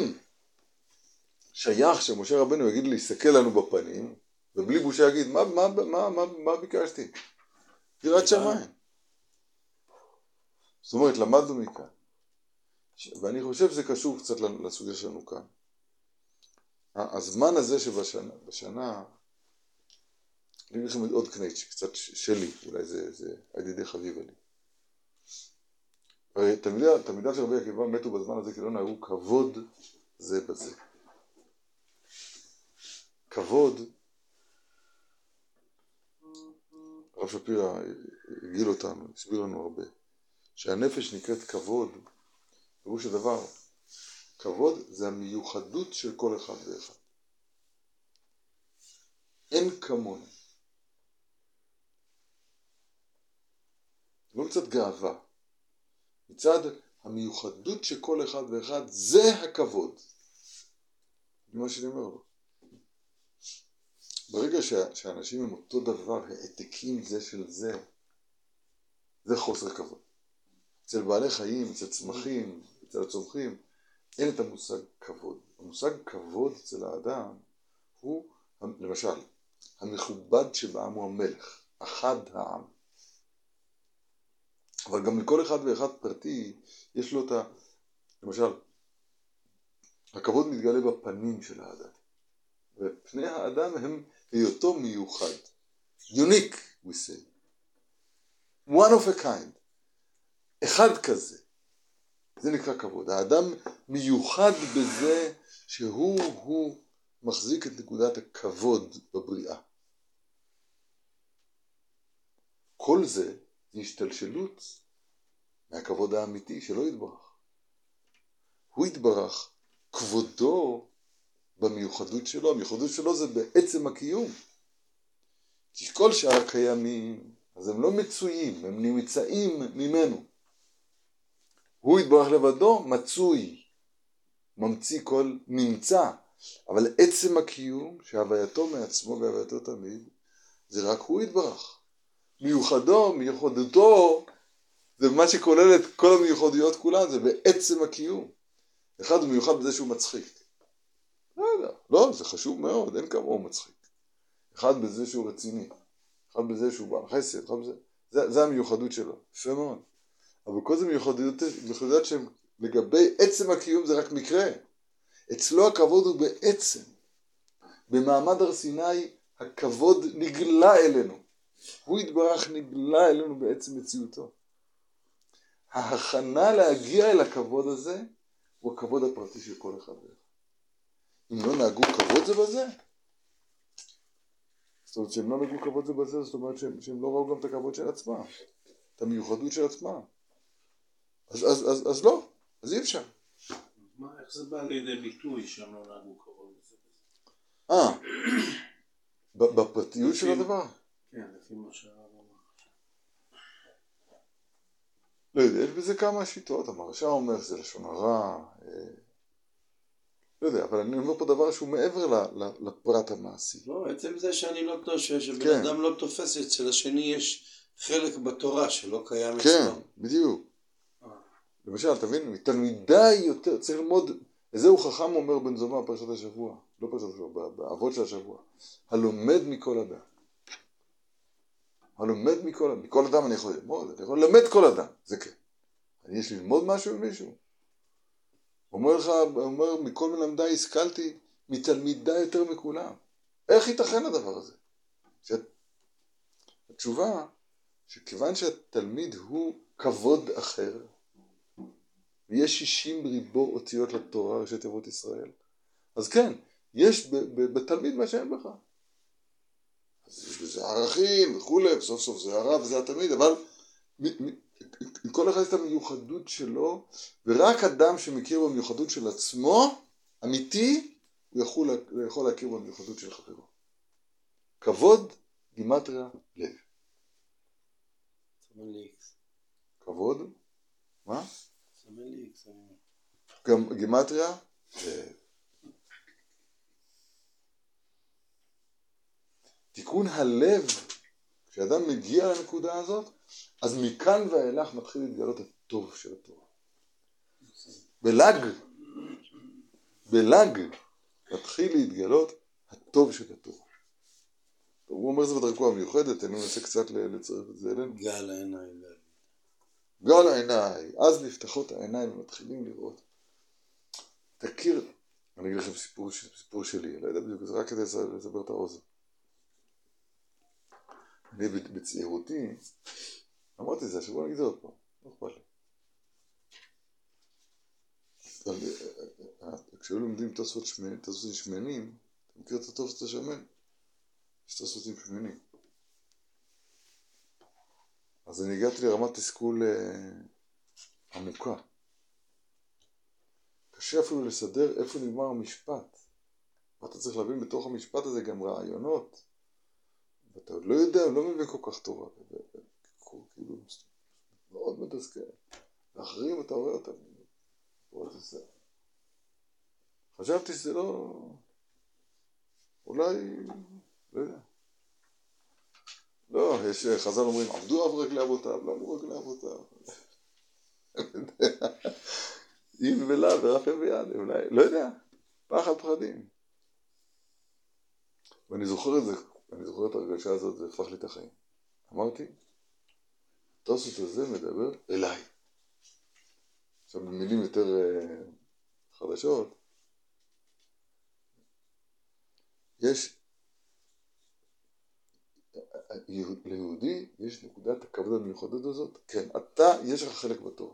שייך שמשה רבנו יגיד להסתכל לנו בפנים, ובלי בושה יגיד, מה, מה, מה, מה, מה ביקשתי? יראת שמיים. זאת אומרת, למדנו מכאן. ואני חושב שזה קשור קצת לסוגיה שלנו כאן. הזמן הזה שבשנה, בשנה, אני אגיד לכם עוד קנייץ' קצת שלי, אולי זה, זה הידידי חביב עלי. הרי תלמידיו של רבי עקיבא מתו בזמן הזה כי לא נהגו כבוד זה בזה. כבוד, הרב שפירא הגיל אותנו, הסביר לנו הרבה, שהנפש נקראת כבוד, פירוש הדבר, כבוד זה המיוחדות של כל אחד ואחד. אין כמוני. לא מצד גאווה, מצד המיוחדות של כל אחד ואחד, זה הכבוד. זה מה שאני אומר לו. ברגע שאנשים הם אותו דבר, העתקים זה של זה, זה חוסר כבוד. אצל בעלי חיים, אצל צמחים, אצל הצומחים, אין את המושג כבוד. המושג כבוד אצל האדם הוא, למשל, המכובד שבעם הוא המלך, אחד העם. אבל גם לכל אחד ואחד פרטי, יש לו את ה... למשל, הכבוד מתגלה בפנים של האדם. ופני האדם הם היותו מיוחד. Unique, we say. One of a kind. אחד כזה. זה נקרא כבוד. האדם מיוחד בזה שהוא הוא מחזיק את נקודת הכבוד בבריאה. כל זה היא השתלשלות מהכבוד האמיתי שלא יתברך. הוא יתברך, כבודו במיוחדות שלו. המיוחדות שלו זה בעצם הקיום. כי כל שאר הקיימים, אז הם לא מצויים, הם נמצאים ממנו. הוא יתברך לבדו, מצוי, ממציא כל נמצא. אבל עצם הקיום, שהווייתו מעצמו והווייתו תמיד, זה רק הוא יתברך. מיוחדו, מיוחדותו, זה מה שכולל את כל המיוחדויות כולן, זה בעצם הקיום. אחד הוא מיוחד בזה שהוא מצחיק. לא יודע, לא, זה חשוב מאוד, אין כמוהו מצחיק. אחד בזה שהוא רציני, אחד בזה שהוא בעל חסד, אחד בזה, זה, זה המיוחדות שלו, יפה מאוד. אבל כל זה מיוחדות, מיוחדות שהן לגבי עצם הקיום זה רק מקרה. אצלו הכבוד הוא בעצם. במעמד הר סיני הכבוד נגלה אלינו. הוא יתברך נגלה אלינו בעצם מציאותו. ההכנה להגיע אל הכבוד הזה הוא הכבוד הפרטי של כל אחד ואחד. אם לא נהגו כבוד זה בזה, זאת אומרת שהם לא נהגו כבוד זה בזה, זאת אומרת שהם, שהם לא ראו גם את הכבוד של עצמם, את המיוחדות של עצמם. אז, אז, אז, אז לא, אז אי אפשר. מה, איך זה בא לידי ביטוי שהם לא נהגו כבוד בזה? אה, בפרטיות של הדבר? כן, לפי מה שהרב אמר. לא יודע, יש בזה כמה שיטות, המרש"ם אומר זה לשון הרע, לא יודע, אבל אני אומר פה דבר שהוא מעבר לפרט המעשי. לא, עצם זה שאני לא תושב, שבן אדם לא תופס אצל השני יש חלק בתורה שלא קיים אצלו. כן, בדיוק. למשל, תבין, תלמידי יותר, צריך ללמוד, וזהו חכם אומר בן זומא פרשת השבוע, לא פרשת השבוע, באבות של השבוע, הלומד מכל אדם. הלומד מכל אדם, מכל אדם אני יכול ללמוד, אני יכול ללמד כל אדם, זה כן. אני יש ללמוד משהו ממישהו. אומר לך, אומר, מכל מלמדי השכלתי מתלמידי יותר מכולם. איך ייתכן הדבר הזה? שאת... התשובה, שכיוון שהתלמיד הוא כבוד אחר, ויש שישים ריבו אותיות לתורה, ראשי תיבות ישראל, אז כן, יש ב- ב- בתלמיד מה שאין בך. אז יש בזה ערכים וכולי, בסוף סוף זה הרב וזה התלמיד, אבל מ- מ- כל אחד את המיוחדות שלו, ורק אדם שמכיר במיוחדות של עצמו, אמיתי, הוא יכול, הוא יכול להכיר במיוחדות של חברו. כבוד, גימטריה, לב. סמן לי איקס. כבוד? מה? סמן לי איקס. גם גימטריה, לב. תיקון הלב, כשאדם מגיע לנקודה הזאת, אז מכאן ואילך מתחיל להתגלות הטוב של התורה. בלג, בלג מתחיל להתגלות הטוב של התורה. הוא אומר זה בדרכו המיוחדת, אני מנסה קצת לצרף את זה אלינו. גל העיניים. גל עיניי, אז נפתחות העיניים ומתחילים לראות. תכיר, אני אגיד לכם סיפור, סיפור שלי, לא יודע בדיוק, זה רק כדי לסבר את האוזן. אני בצעירותי, אמרתי זה, שבוא נגיד זה עוד פעם, לא אכפת לי. כשהיו לומדים תוספות שמנים, אתה מכיר את התוספות השמן? יש תוספות שמנים. אז אני הגעתי לרמת תסכול עמוקה. קשה אפילו לסדר איפה נגמר המשפט. ואתה צריך להבין בתוך המשפט הזה גם רעיונות. ואתה עוד לא יודע, לא מבין כל כך תורה. כאילו, מאוד מתסכל. לאחרים אתה רואה אותם. חשבתי שזה לא... אולי... לא יודע. לא, יש חז"ל אומרים, עבדו אב רגלי אבותיו, לא אמרו רגלי אבותיו. אין ולא ורפא ויד, אולי, לא יודע, פחד פחדים. ואני זוכר את זה, אני זוכר את הרגשה הזאת, זה הפך לי את החיים. אמרתי, התוספות הזה מדבר אליי. עכשיו במילים יותר uh, חדשות, יש, ליהודי יש נקודת הכבוד המיוחדת הזאת, כן, אתה, יש לך חלק בתורה.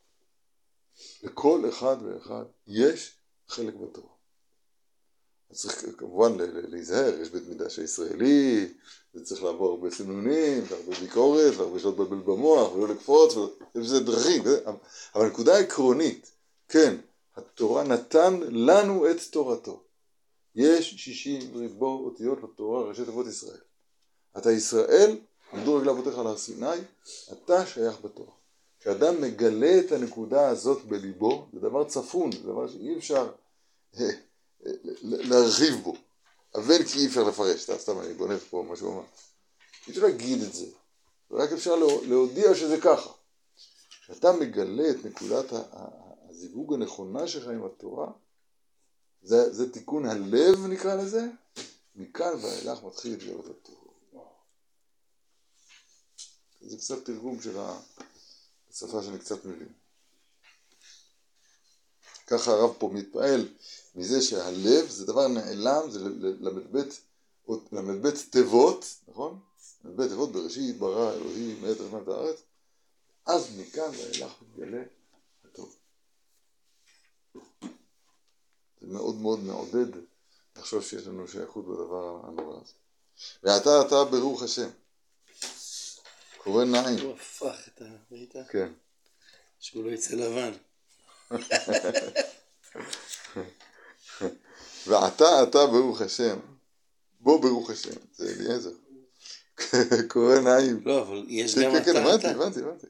לכל אחד ואחד יש חלק בתורה. אז צריך כמובן להיזהר, יש בית מדרש הישראלי, זה צריך לעבור הרבה סינונים, והרבה ביקורת, והרבה שעות בלבל במוח, ולא לקפוץ, ויש בזה דרכים, אבל הנקודה העקרונית, כן, התורה נתן לנו את תורתו. יש שישים ריבו אותיות לתורה ראשי תיבות ישראל. אתה ישראל, עמדו רגלי אבותיך על הר סיני, אתה שייך בתורה. כשאדם מגלה את הנקודה הזאת בליבו, זה דבר צפון, זה דבר שאי אפשר להרחיב בו. אבל כי אי אפשר לפרש, סתם אני גונב פה משהו אמר. אי אפשר להגיד את זה, רק אפשר להודיע שזה ככה. כשאתה מגלה את נקודת הזיווג הנכונה שלך עם התורה, זה, זה תיקון הלב נקרא לזה, מכאן ואילך מתחיל להתגלות התורה. זה קצת תרגום של השפה שאני קצת מבין. ככה הרב פה מתפעל מזה שהלב זה דבר נעלם, זה למד בית תיבות, נכון? למד בית תיבות בראשית, ברא, אלוהים, מאת השמיים את הארץ, אז מכאן ואילך מתגלה הטוב. זה מאוד מאוד מעודד לחשוב שיש לנו שייכות בדבר הנורא הזה. ואתה, אתה ברוך השם. קורא נעים. הוא הפך את ה... ראית? כן. שהוא לא יצא לבן. ואתה, אתה ברוך השם. בוא ברוך השם. זה אליעזר. קורא נעים. לא, אבל יש גם אתה. כן, כן, הבנתי, אתה. הבנתי, הבנתי.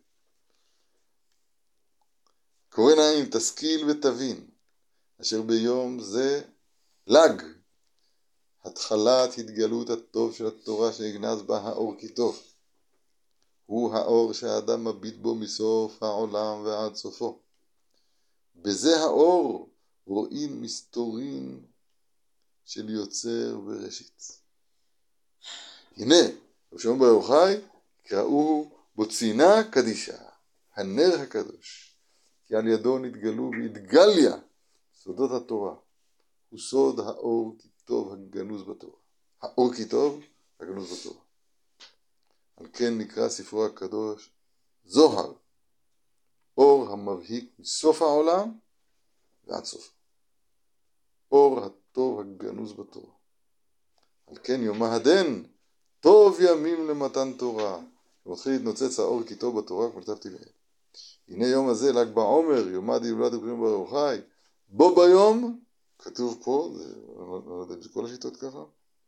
קורא נעים, תשכיל ותבין. אשר ביום זה לג. התחלת התגלות הטוב של התורה שנגנז בה האור כי טוב. הוא האור שהאדם מביט בו מסוף העולם ועד סופו. בזה האור רואים מסתורין של יוצר בראשית. הנה, רבי שמעון בר יוחאי, קראוהו בוצינה קדישה, הנר הקדוש, כי על ידו נתגלו והתגליה סודות התורה. הוא סוד האור כי טוב הגנוז בתורה. האור כי טוב הגנוז בתורה. על כן נקרא ספרו הקדוש זוהר, אור המבהיק מסוף העולם ועד סוף. אור הטוב הגנוז בתורה. על כן יום ההדן, טוב ימים למתן תורה. ומתחיל להתנוצץ האור כי טוב בתורה, כמו כתבתי להם. הנה יום הזה, ל"ג בעומר, יומא דהילולת רבי שמעון בר יוחאי, בו ביום, כתוב פה, זה, אני לא יודע אם זה כל השיטות ככה,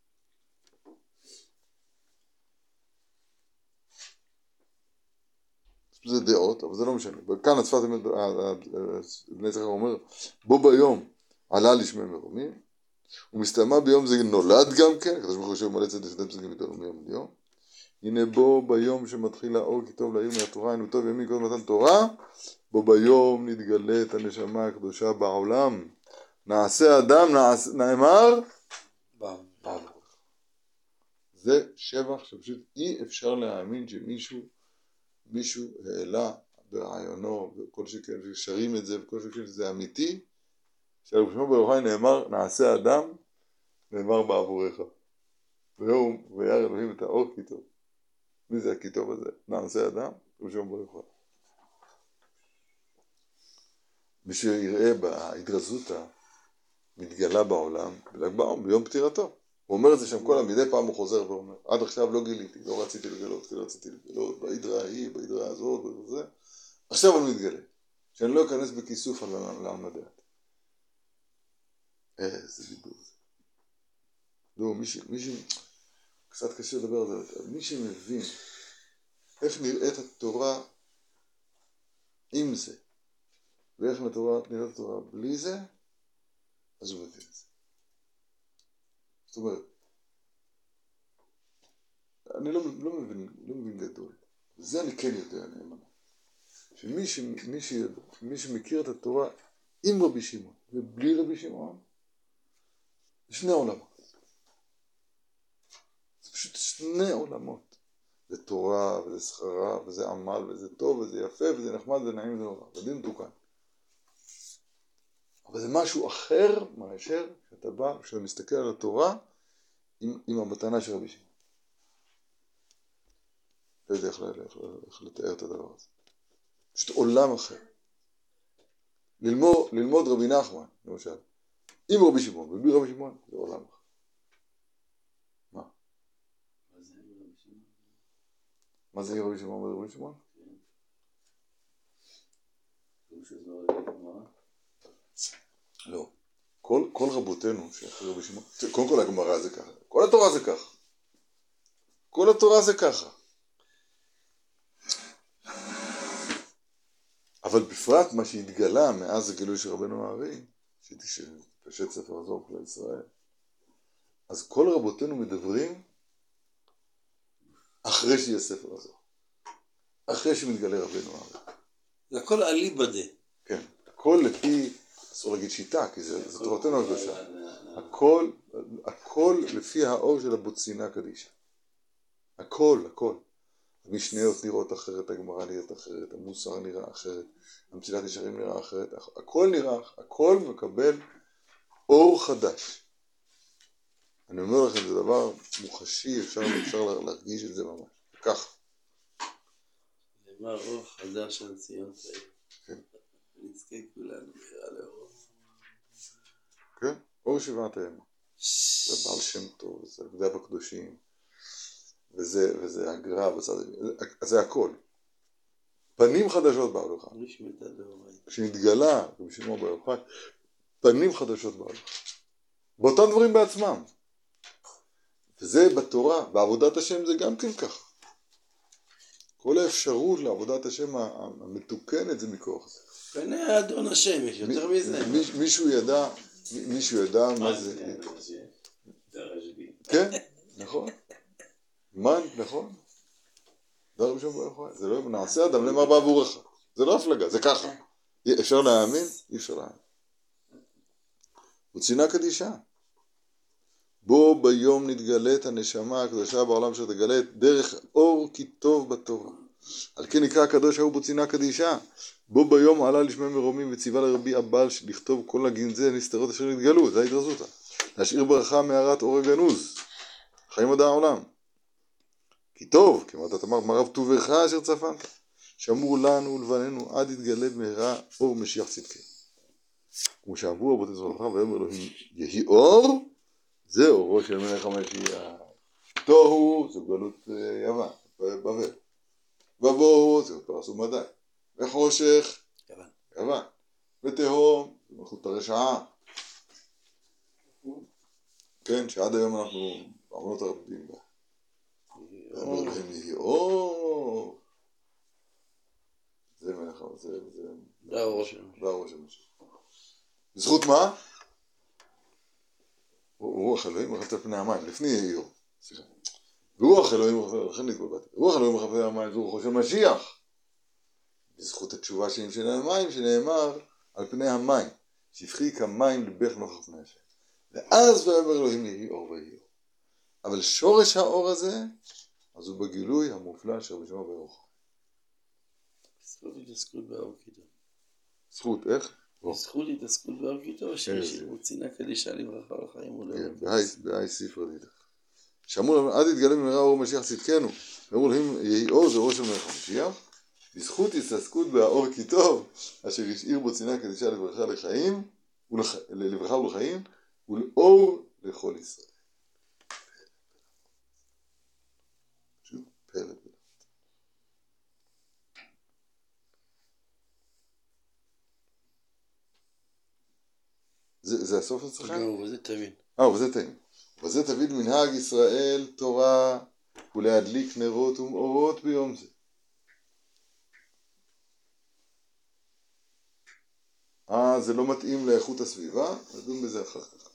זה דעות, אבל זה לא משנה. כאן הצפת בני זכר אומר, בו ביום עלה לשמי מרומים, ומסתיימה ביום זה נולד גם כן, הקדוש ברוך הוא יושב מלא צדק שני פסוקים איתו מיום ליום. הנה בו ביום שמתחיל האור כי טוב לעיר מהתורה, היינו טוב ימים קודם מתן תורה, בו ביום נתגלה את הנשמה הקדושה בעולם. נעשה אדם, נעש, נאמר, בעם. זה שבח שפשוט אי אפשר להאמין שמישהו מישהו העלה ברעיונו, וכל שכן ששרים את זה, וכל שכן שזה אמיתי, שעל רבי שמעון בר יוחאי נאמר, נעשה אדם, נאמר בעבורך. ויום וירא אלוהים את האור כי טוב. מי זה הכי טוב הזה? נעשה אדם, רבי שמעון בר יוחאי. מי שיראה בהתגזותא מתגלה בעולם, בל"ג בעומר, ביום פטירתו. הוא אומר את זה שם כל מדי פעם הוא חוזר ואומר, עד עכשיו לא גיליתי, לא רציתי לגלות, כי לא רציתי לגלות, בהידרה ההיא, בהידרה הזאת, וזה. עכשיו אני מתגלה, שאני לא אכנס בכיסוף על המדעת. איזה דיבור זה. לא, מי ש... מי ש... קצת קשה לדבר על זה, אבל מי שמבין איך נראית התורה עם זה, ואיך נראית התורה בלי זה, אז הוא מבין את זה. זאת אומרת, אני לא, לא, מבין, לא מבין גדול. זה אני כן יודע נאמנה. שמי ש, מי ש, מי שמכיר את התורה עם רבי שמעון ובלי רבי שמעון, זה שני עולמות. זה פשוט שני עולמות. זה תורה וזה שכרה וזה עמל וזה טוב וזה יפה וזה נחמד וזה נעים וזה נורא. זה דין תוקן. אבל זה משהו אחר מאשר שאתה בא, כשאתה מסתכל על התורה עם, עם המתנה של רבי שמעון. לא יודע איך, איך, איך לתאר את הדבר הזה. פשוט עולם אחר. ללמוד, ללמוד רבי נחמן, למשל, עם רבי שמעון ובלי רבי שמעון, זה עולם אחר. מה? מה זה עם רבי שמעון? מה זה עם רבי שמעון ורבי שמעון? לא. כל, כל רבותינו שאחרי רבי שמעון, קודם כל הגמרא זה ככה, כל התורה זה ככה. כל התורה זה ככה. אבל בפרט מה שהתגלה מאז הגילוי של רבנו הארי, שפשט ספר הזוהר כלל ישראל, אז כל רבותינו מדברים אחרי שיהיה ספר הזוהר. אחרי שמתגלה רבנו הארי. זה הכל אליבא דה. כן, הכל לפי, אסור להגיד שיטה, כי זה, זה תורתנו הקדושה. הכל, הכל לפי האור של הבוצינה קדישה. הכל, הכל. המשניות נראות אחרת, הגמרא נראית אחרת, המוסר נראה אחרת, המצילת ישרים נראה אחרת, הכל נראה, הכל מקבל אור חדש. אני אומר לכם, זה דבר מוחשי, אפשר, אפשר להרגיש את זה ממש. כך. נאמר אור חדש על ציון תאיר. כן. נזכה כולנו נראה לאור. כן, אור שבעת הימים. זה בעל שם טוב, זה הגדה בקדושים. וזה, וזה הגרע, וזה, זה הכל. פנים חדשות בעלוך. כשנתגלה, רבי שמעון בר יוחאי, פנים חדשות בעלוך. באותם דברים בעצמם. וזה בתורה, בעבודת השם זה גם כן ככה. כל האפשרות לעבודת השם המתוקנת זה מכוח זה. פני האדון השם, יש יותר מזה. מישהו ידע, מישהו ידע מה זה. כן, נכון. מן, נכון? דבר ראשון ברוך זה לא נעשה אדם למה בעבורך. זה לא הפלגה, זה ככה. אפשר להאמין? אי אפשר להאמין. בוצינה קדישה. בו ביום נתגלית הנשמה הקדושה בעולם שתגלית דרך אור כי טוב בתורה. על כן נקרא הקדוש ההוא בוצינה קדישה. בו ביום עלה לשמי מרומים וציווה לרבי הבעל לכתוב כל הגנזי הנסתרות אשר נתגלו. זה ההתרזותא. להשאיר ברכה מערת אור הגנוז. חיים מדע העולם. כי טוב, כמו אתה אמרת, מרב טובך אשר צפנת, שמור לנו ולבננו עד יתגלה במהרה אור משיח צדקי. כמו שאמרו רבותי זרחה ויאמר אלוהים יהי אור, זה אורו של מלך המשיח. תוהו זה גלות יוון, בבל. ובוהו זה פרס ומדי. וחושך, יוון. יוון. ותהום, זה מלכות הרשעה. כן, שעד היום אנחנו בעמלות הרבים בה. ואמר להם יהי אור. זה מלך, זה, זה... זה הראש שלנו. זה הראש שלנו. בזכות מה? רוח אלוהים רחבת על פני המים, לפני יהי אור. סליחה. ורוח אלוהים, לכן נתבלבלתי. רוח אלוהים רחבת על המים, זה רוחו של משיח. בזכות התשובה שלי של המים, שנאמר על פני המים. שפכי כמים לבך נוכח פני השם. ואז ואמר אלוהים יהי אור ויהי אור. אבל שורש האור הזה, אז הוא בגילוי המופלא של רבי שמעון בר יוחאי. זכות התעסקות באור כיתו. זכות, איך? זכות התעסקות באור כיתו, שהשאירו צינה קדישה לברכה לחיים ולאור. בהאי ספרא דידך. שאמרו להם, עד יתגלה במהרה אור משיח צדקנו. ואמרו להם, יהי אור זה אור של מלך המשיח. בזכות התעסקות באור כיתו, אשר השאיר בו צינה קדישה לברכה לחיים, לברכה ולחיים, ולאור לכל ישראל. פשוט פלא. זה, זה הסוף אצלכם? לא, וזה תבין. אה, וזה תבין. וזה תבין מנהג ישראל תורה ולהדליק נרות ומאורות ביום זה. אה, זה לא מתאים לאיכות הסביבה? נדון בזה אחר כך.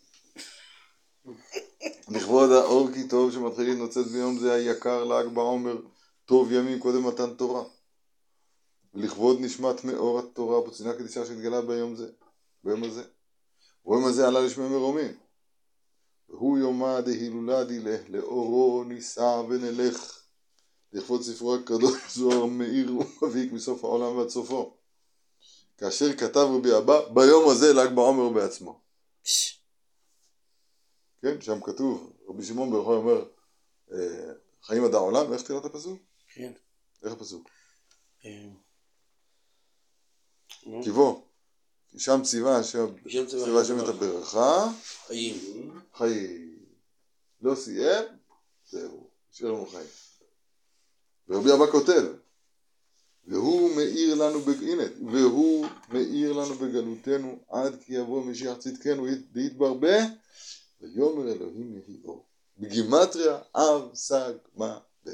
לכבוד האור כי טוב שמתחיל להתנוצץ ביום זה היקר ל"ג בעומר, טוב ימים קודם מתן תורה. ולכבוד נשמת מאור התורה בצינה קדישה שהתגלה ביום זה, ביום הזה. ביום הזה עלה לשמי מרומים. והוא יומא דהילולא דילך, לאורו ניסע ונלך. לכבוד ספרו הקדוש זוהר מאיר ומבהיק מסוף העולם ועד סופו. כאשר כתב רבי אבא, ביום הזה ל"ג בעומר בעצמו. כן, שם כתוב, רבי שמעון בר יוחאי אומר, חיים עד העולם, איך תראה את הפסוק? כן. איך הפסוק? כי בוא, שם ציווה השם את הברכה, חיים. חיים. לא סיים, זהו, השאיר לנו חיים. ורבי אבא כותב, והוא מאיר לנו, הנה, והוא מאיר לנו בגלותנו עד כי יבוא משיח צדקנו ויתברבה, ויאמר אלוהים יהי אור. בגימטריה אב סג מה ב.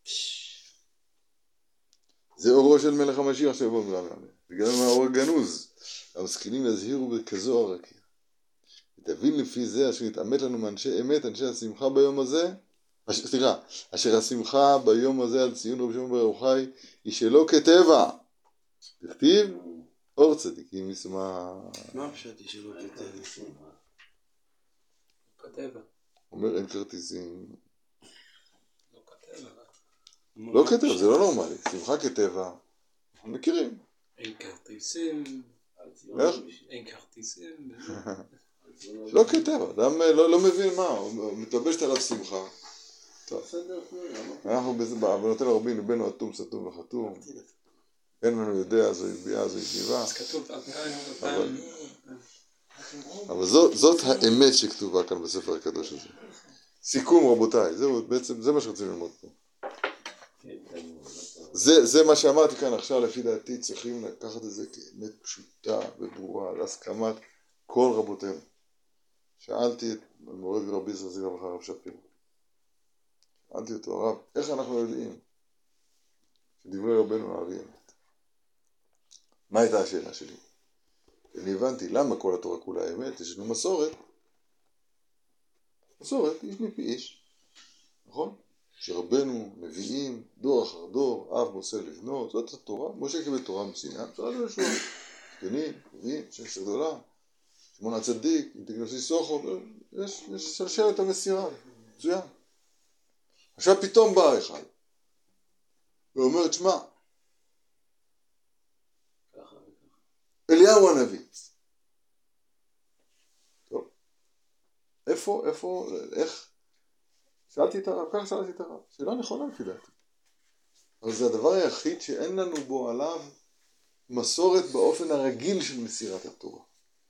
זה אורו של מלך המשיח שיבוא מרם יאמר. וגם האור הגנוז, המשכילים יזהירו בכזו הרקיע. ותבין לפי זה אשר יתעמת לנו מאנשי אמת, אנשי השמחה ביום הזה, סליחה, אשר השמחה ביום הזה על ציון רבי שמעון בר יוחאי היא שלא כטבע. תכתיב אור צדיקים משמח. מה פשטי שלא כטבע? כטבע. אומר אין כרטיסים. לא כטבע. לא כטבע, זה לא נורמלי. שמחה כטבע. אנחנו מכירים. אין כרטיסים. איך? אין כרטיסים. לא כטבע, אדם לא מבין מה, הוא מתלבשת עליו שמחה. אנחנו בנותן הרבים ליבנו אטום סתום וחתום. אין לנו יודע, זו ידיעה, זו ידיבה. אז כתוב אלפיים. אבל זאת האמת שכתובה כאן בספר הקדוש הזה. סיכום רבותיי, זהו, בעצם זה מה שרצינו ללמוד פה. זה מה שאמרתי כאן עכשיו, לפי דעתי צריכים לקחת את זה כאמת פשוטה וברורה, להסכמת כל רבותינו. שאלתי את מורי ורבי זרזיל אברהם הרב שפירא. שאלתי אותו, הרב, איך אנחנו יודעים שדברי רבנו הארי אמת? מה הייתה השאלה שלי? אני הבנתי למה כל התורה כולה אמת, יש לנו מסורת. מסורת, איש מפי איש. נכון? שרבנו מביאים דור אחר דור, אב מוסר לבנו, זאת התורה. משה קיבל תורה מסיני, אפשר לדעת שהוא זקנים, נביאים, ששת גדולה, שמעון הצדיק, אינטגנוסי סוחו, יש, יש שלשלת המסירה, מצוין. עכשיו פתאום בא אחד, ואומר, תשמע, אליהו הנביא. טוב, איפה, איפה, איך? שאלתי את הרב, ככה שאלתי את הרב, שאלה נכונה לפי דעתי. אבל זה הדבר היחיד שאין לנו בו עליו מסורת באופן הרגיל של מסירת התורה.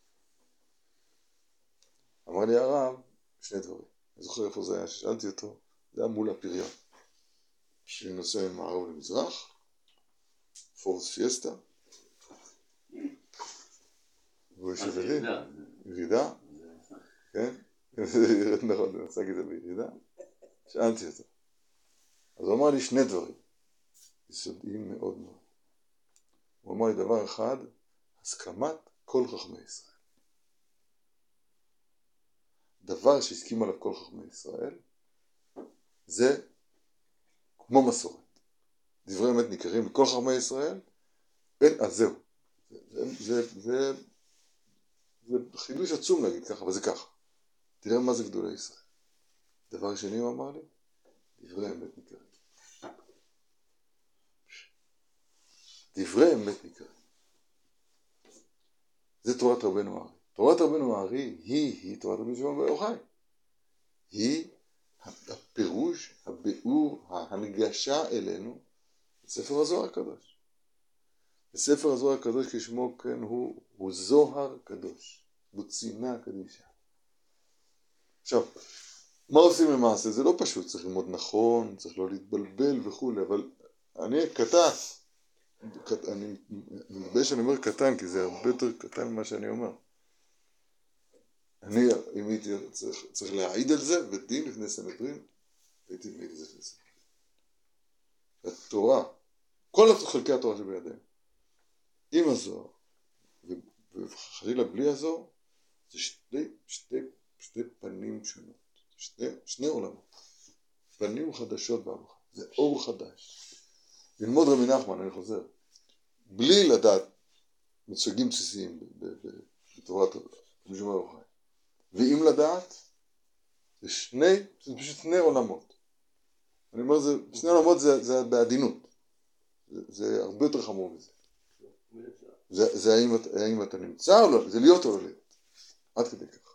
אמר לי הרב, שני דברים. אני זוכר איפה זה היה, ששאלתי אותו, זה היה מול הפריון. שאני נוסע ממערב למזרח, פורס פיאסטה, והוא יושב אלי, ירידה, כן? נכון, זה נצג את זה בירידה. שאלתי אותו. אז הוא אמר לי שני דברים, יסודיים מאוד מאוד. הוא אמר לי דבר אחד, הסכמת כל חכמי ישראל. דבר שהסכים עליו כל חכמי ישראל, זה כמו מסורת. דברי אמת ניכרים לכל חכמי ישראל, בין, אז זהו. זה, זה, זה, זה חידוש עצום להגיד ככה, אבל זה ככה. תראה מה זה גדולי ישראל. דבר שני הוא אמר לי, דברי אמת ניכרים. דברי אמת נקרא. זה תורת רבנו הארי. תורת רבנו הארי היא, היא תורת רבי שמעון בר יוחאי. היא הפירוש, הביאור, ההנגשה אלינו בספר הזוהר הקדוש. בספר הזוהר הקדוש כשמו כן הוא, הוא זוהר קדוש, בוצינה קדישה. עכשיו, מה עושים למעשה? זה לא פשוט, צריך ללמוד נכון, צריך לא להתבלבל וכו', אבל אני קטן, אני מתבייש שאני אומר קטן, כי זה הרבה יותר קטן ממה שאני אומר. אני, אם הייתי צריך, צריך להעיד על זה, בדין לפני סנהדרין, הייתי מעיד על זה לפני סנהדרין. התורה, כל חלקי התורה שבידינו, עם הזוהר, וחלילה בלי הזוהר, זה שתי, שתי, שתי פנים שונות, שני, שני עולמות, פנים חדשות בהלכה, זה אור חדש. ללמוד רבי נחמן, אני חוזר, בלי לדעת מושגים בסיסיים בתורת רבי שמעון בר יוחאי, ואם לדעת, זה שני, זה פשוט שני עולמות. אני אומר, זה, שני עולמות זה, זה בעדינות. זה, זה הרבה יותר חמור מזה. זה, זה האם, האם אתה נמצא או לא, זה להיות או לא להיות. עד כדי כך.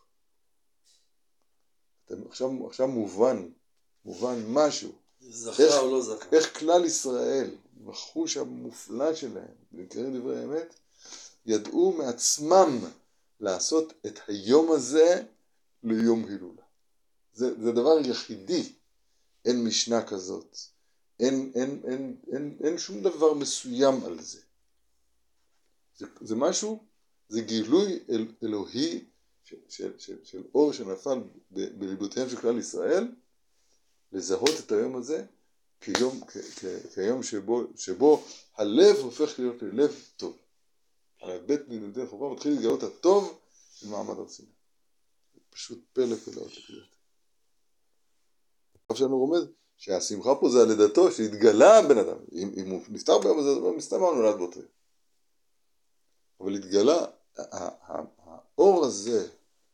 אתם, עכשיו, עכשיו מובן, מובן משהו. זכה איך, או לא זכה. איך כלל ישראל, בחוש המופלא שלהם, במקרים דברי האמת, ידעו מעצמם לעשות את היום הזה ליום הילולה. זה, זה דבר יחידי. אין משנה כזאת. אין, אין, אין, אין, אין שום דבר מסוים על זה. זה, זה משהו, זה גילוי אל, אלוהי של, של, של, של אור שנפל ב, בליבותיהם של כלל ישראל, לזהות את היום הזה כיום, כ, כ, כיום שבו, שבו הלב הופך להיות ללב טוב. הבית נדלתי חובה מתחיל לגלות הטוב של מעמד הר סיני. זה פשוט פלא פלאות לקריאות. עכשיו שאני רומז שהשמחה פה זה על לידתו שהתגלה בן אדם. אם, אם הוא נפטר ביום הזה, לא מסתמה הוא נולד באותו יום. אבל התגלה, האור הזה,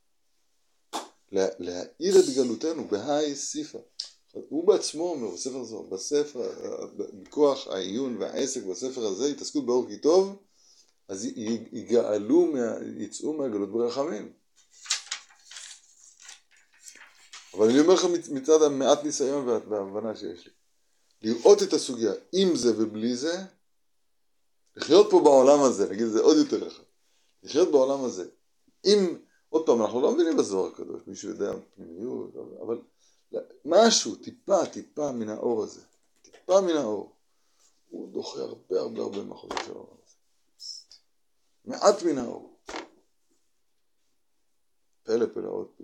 להאיר את גלותנו בהאי סיפא. הוא בעצמו אומר בספר זוהר, בספר, בכוח העיון והעסק בספר הזה, התעסקות באור כי טוב, אז יגאלו, יצאו מהגלות ברחמים. אבל אני אומר לך מצד המעט ניסיון וההבנה שיש לי. לראות את הסוגיה עם זה ובלי זה, לחיות פה בעולם הזה, נגיד זה עוד יותר אחד. לחיות בעולם הזה. אם, עוד פעם, אנחנו לא מבינים בזוהר הקדוש, מישהו יודע פנימיות, אבל משהו, טיפה, טיפה מן האור הזה. טיפה מן האור. הוא דוחה הרבה הרבה הרבה מהחוזר של העולם הזה. מעט מן האור. פלא פלאות פלא.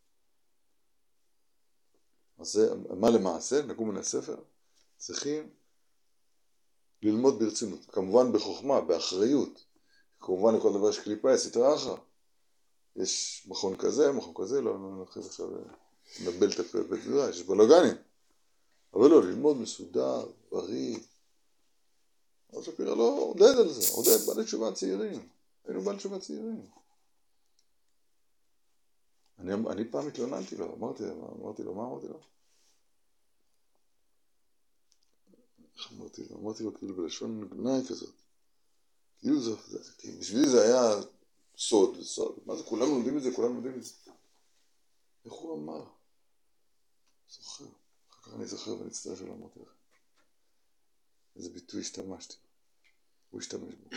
אז זה, מה למעשה? נקום מן הספר, צריכים ללמוד ברצינות. כמובן בחוכמה, באחריות. כמובן לכל דבר יש קליפה, יש סתרה אחר. יש מכון כזה, מכון כזה, לא נתחיל עכשיו לנבל את הפה בית זרה, יש בלגנים. אבל לא, ללמוד מסודר, בריא. אז שפירא לא עודד על זה, עודד בעלי תשובה צעירים. היינו בעלי תשובה צעירים. אני, אני פעם התלוננתי לו, אמרתי, אמרתי לו, מה אמרתי לו? איך אמרתי לו? אמרתי לו כאילו בלשון גנאי כזאת. כאילו זה, זה בשבילי זה היה סוד, סוד. מה זה, כולם לומדים את זה, כולם לומדים את זה. איך הוא אמר? זוכר. אחר כך אני זוכר ואני אצטרף שלא אמרתי לך. איזה ביטוי השתמשתי. הוא השתמש בו.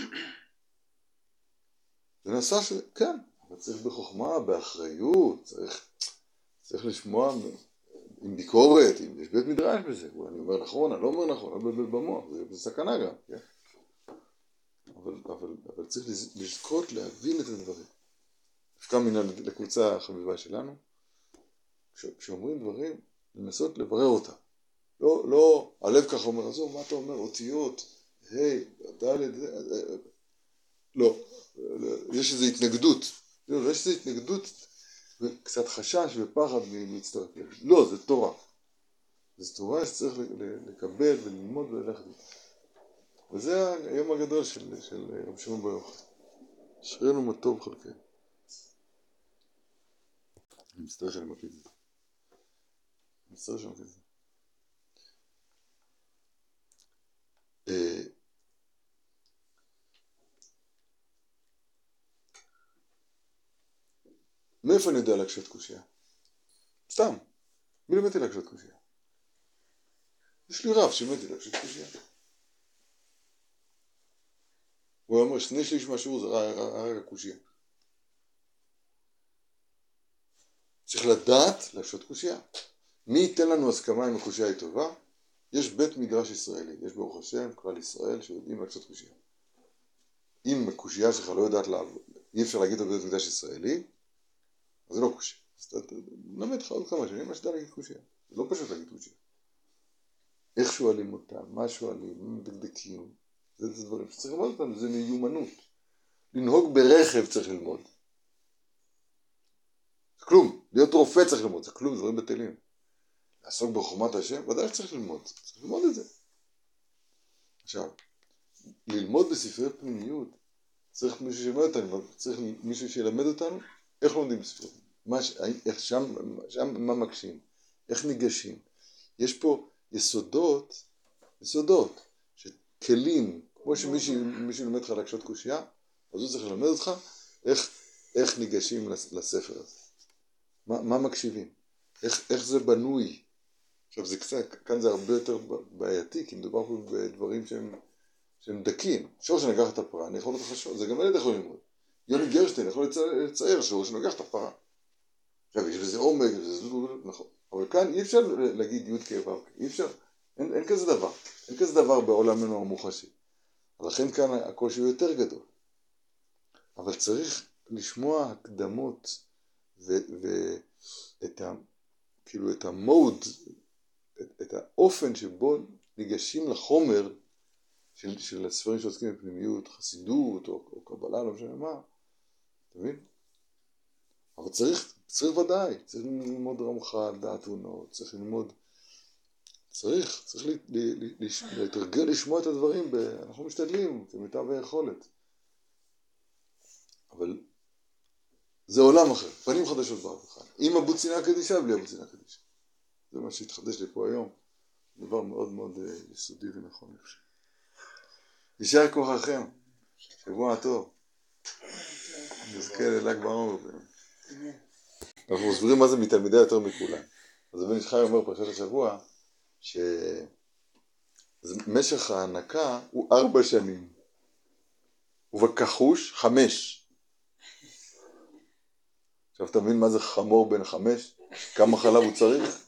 זה נעשה ש... כן. אבל צריך בחוכמה, באחריות, צריך, צריך לשמוע עם ביקורת, אם יש בית מדרש בזה, אני אומר נכון, אני לא אומר נכון, אני לא במוח, זה, זה סכנה גם, כן? אבל, אבל, אבל צריך לזכות להבין את הדברים. דווקא מן לקבוצה החביבה שלנו, כש, כשאומרים דברים, לנסות לברר אותם. לא, לא, הלב ככה אומר, אז מה אתה אומר, אותיות, היי, דלת, לא, יש איזו התנגדות. לא, יש איזו התנגדות וקצת חשש ופחד מלהצטרף. לא, זה תורה. זה תורה שצריך לקבל וללמוד וללכת. וזה היום הגדול של, של רבי שמעון בר יוחאי. אשרינו מה טוב חלקנו. אני מצטער שאני מקליט את זה. אני מצטער שאני מקליט את זה. מאיפה אני יודע להקשות קושייה? סתם. מי למדתי להקשות קושייה? יש לי רב שמדתי להקשות קושייה. הוא אומר, שני שליש מהשיעור זה רק הקושייה. צריך לדעת להקשות קושייה. מי ייתן לנו הסכמה אם הקושייה היא טובה? יש בית מדרש ישראלי, יש ברוך השם, כלל ישראל, שיודעים להקשות קושייה. אם הקושייה שלך לא יודעת לעבוד, אי אפשר להגיד את בית מדרש ישראלי, אז זה לא קושייה. אז נלמד לך עוד כמה שנים, מה שדע להגיד קושייה. זה לא פשוט להגיד קושייה. איך שואלים אותם, מה שואלים, מה מדקדקים, זה, זה דברים שצריך ללמוד אותם, זה מיומנות. לנהוג ברכב צריך ללמוד. זה כלום, להיות רופא צריך ללמוד, זה כלום, זה דברים בטלים. לעסוק בחוכמת השם, ודאי שצריך ללמוד, צריך ללמוד את זה. עכשיו, ללמוד בספרי פנימיות, צריך מישהו שילמד אותנו, צריך מישהו שילמד אותנו, איך לומדים בספרי פנימיות, מה, איך שם, שם מה מקשים, איך ניגשים. יש פה יסודות, יסודות, שכלים, כמו שמישהו ילמד לך להקשות קושייה, אז הוא צריך ללמד אותך איך, איך ניגשים לספר הזה. מה, מה מקשיבים? איך, איך זה בנוי? עכשיו זה קצת, כאן זה הרבה יותר בעייתי, כי מדובר פה בדברים שהם, שהם דקים. שור שנגח את הפרה, אני יכול להיות חשוב, זה גם ילד יכול ללמוד. יוני גרשטיין יכול לצייר שור שנגח את הפרה. עכשיו יש לזה עומק, זה נכון. אבל כאן אי אפשר להגיד י' כ' ו', אי אפשר, אין, אין כזה דבר. אין כזה דבר בעולמנו המוחשי. לכן כאן הקושי הוא יותר גדול. אבל צריך לשמוע הקדמות ואת ה... כאילו את המוד, את, את האופן שבו ניגשים לחומר של, של הספרים שעוסקים בפנימיות, חסידות או, או קבלה, לא משנה מה, אתה מבין? אבל צריך, צריך ודאי, צריך ללמוד רמח"ל, דעת תבונות, צריך ללמוד, צריך, צריך להתרגל לשמוע את הדברים, ב, אנחנו משתדלים, כמיטב היכולת. אבל זה עולם אחר, פנים חדשות בעד אחד, עם אבוצינה קדישה בלי אבוצינה קדישה. זה מה שהתחדש לי פה היום, דבר מאוד מאוד יסודי ונכון. יישר כוחכם, שבוע טוב. נזכה לל"ג בעומר. אנחנו מסבירים מה זה מתלמידי יותר מכולם. אז הבן איש חי אומר פרשת השבוע, שמשך ההנקה הוא ארבע שנים, ובכחוש חמש. עכשיו אתה מבין מה זה חמור בן חמש? כמה חלב הוא צריך?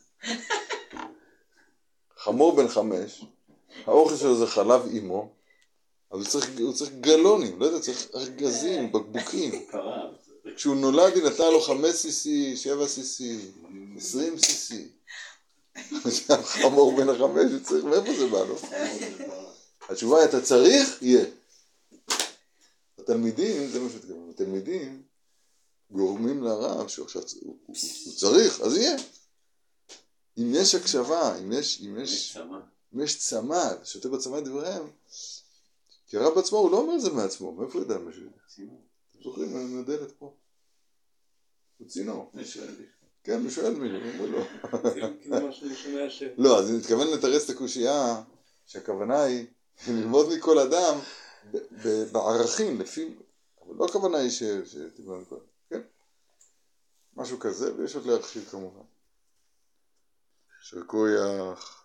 חמור בן חמש, האוכל שלו זה חלב אימו, אבל הוא צריך, הוא צריך גלונים, לא יודע, צריך ארגזים, בקבוקים. כשהוא נולד היא נתנה לו חמש סי-סי, שבע סי-סי, עשרים סי-סי. עכשיו חמור בן החמש, הוא צריך, מאיפה זה בא לו? התשובה היא, אתה צריך? יהיה. התלמידים, זה מה שתקבל, התלמידים גורמים לרב שעכשיו הוא, הוא, הוא צריך, אז יהיה. אם יש הקשבה, אם יש, אם יש, אם יש צמא, שותה בצמא דבריהם, כי הרב בעצמו הוא לא אומר את זה מעצמו, מאיפה הוא יודע משהו? אתם זוכרים, אני מדלת פה. הוא צינור. כן, הוא שואל מישהו, הוא אומר לו. לא, אז אני מתכוון לתרס את הקושייה, שהכוונה היא ללמוד מכל אדם בערכים, לפי, אבל לא הכוונה היא שתלמד מכל, כן? משהו כזה, ויש עוד להרחיב כמובן. יישר כוח.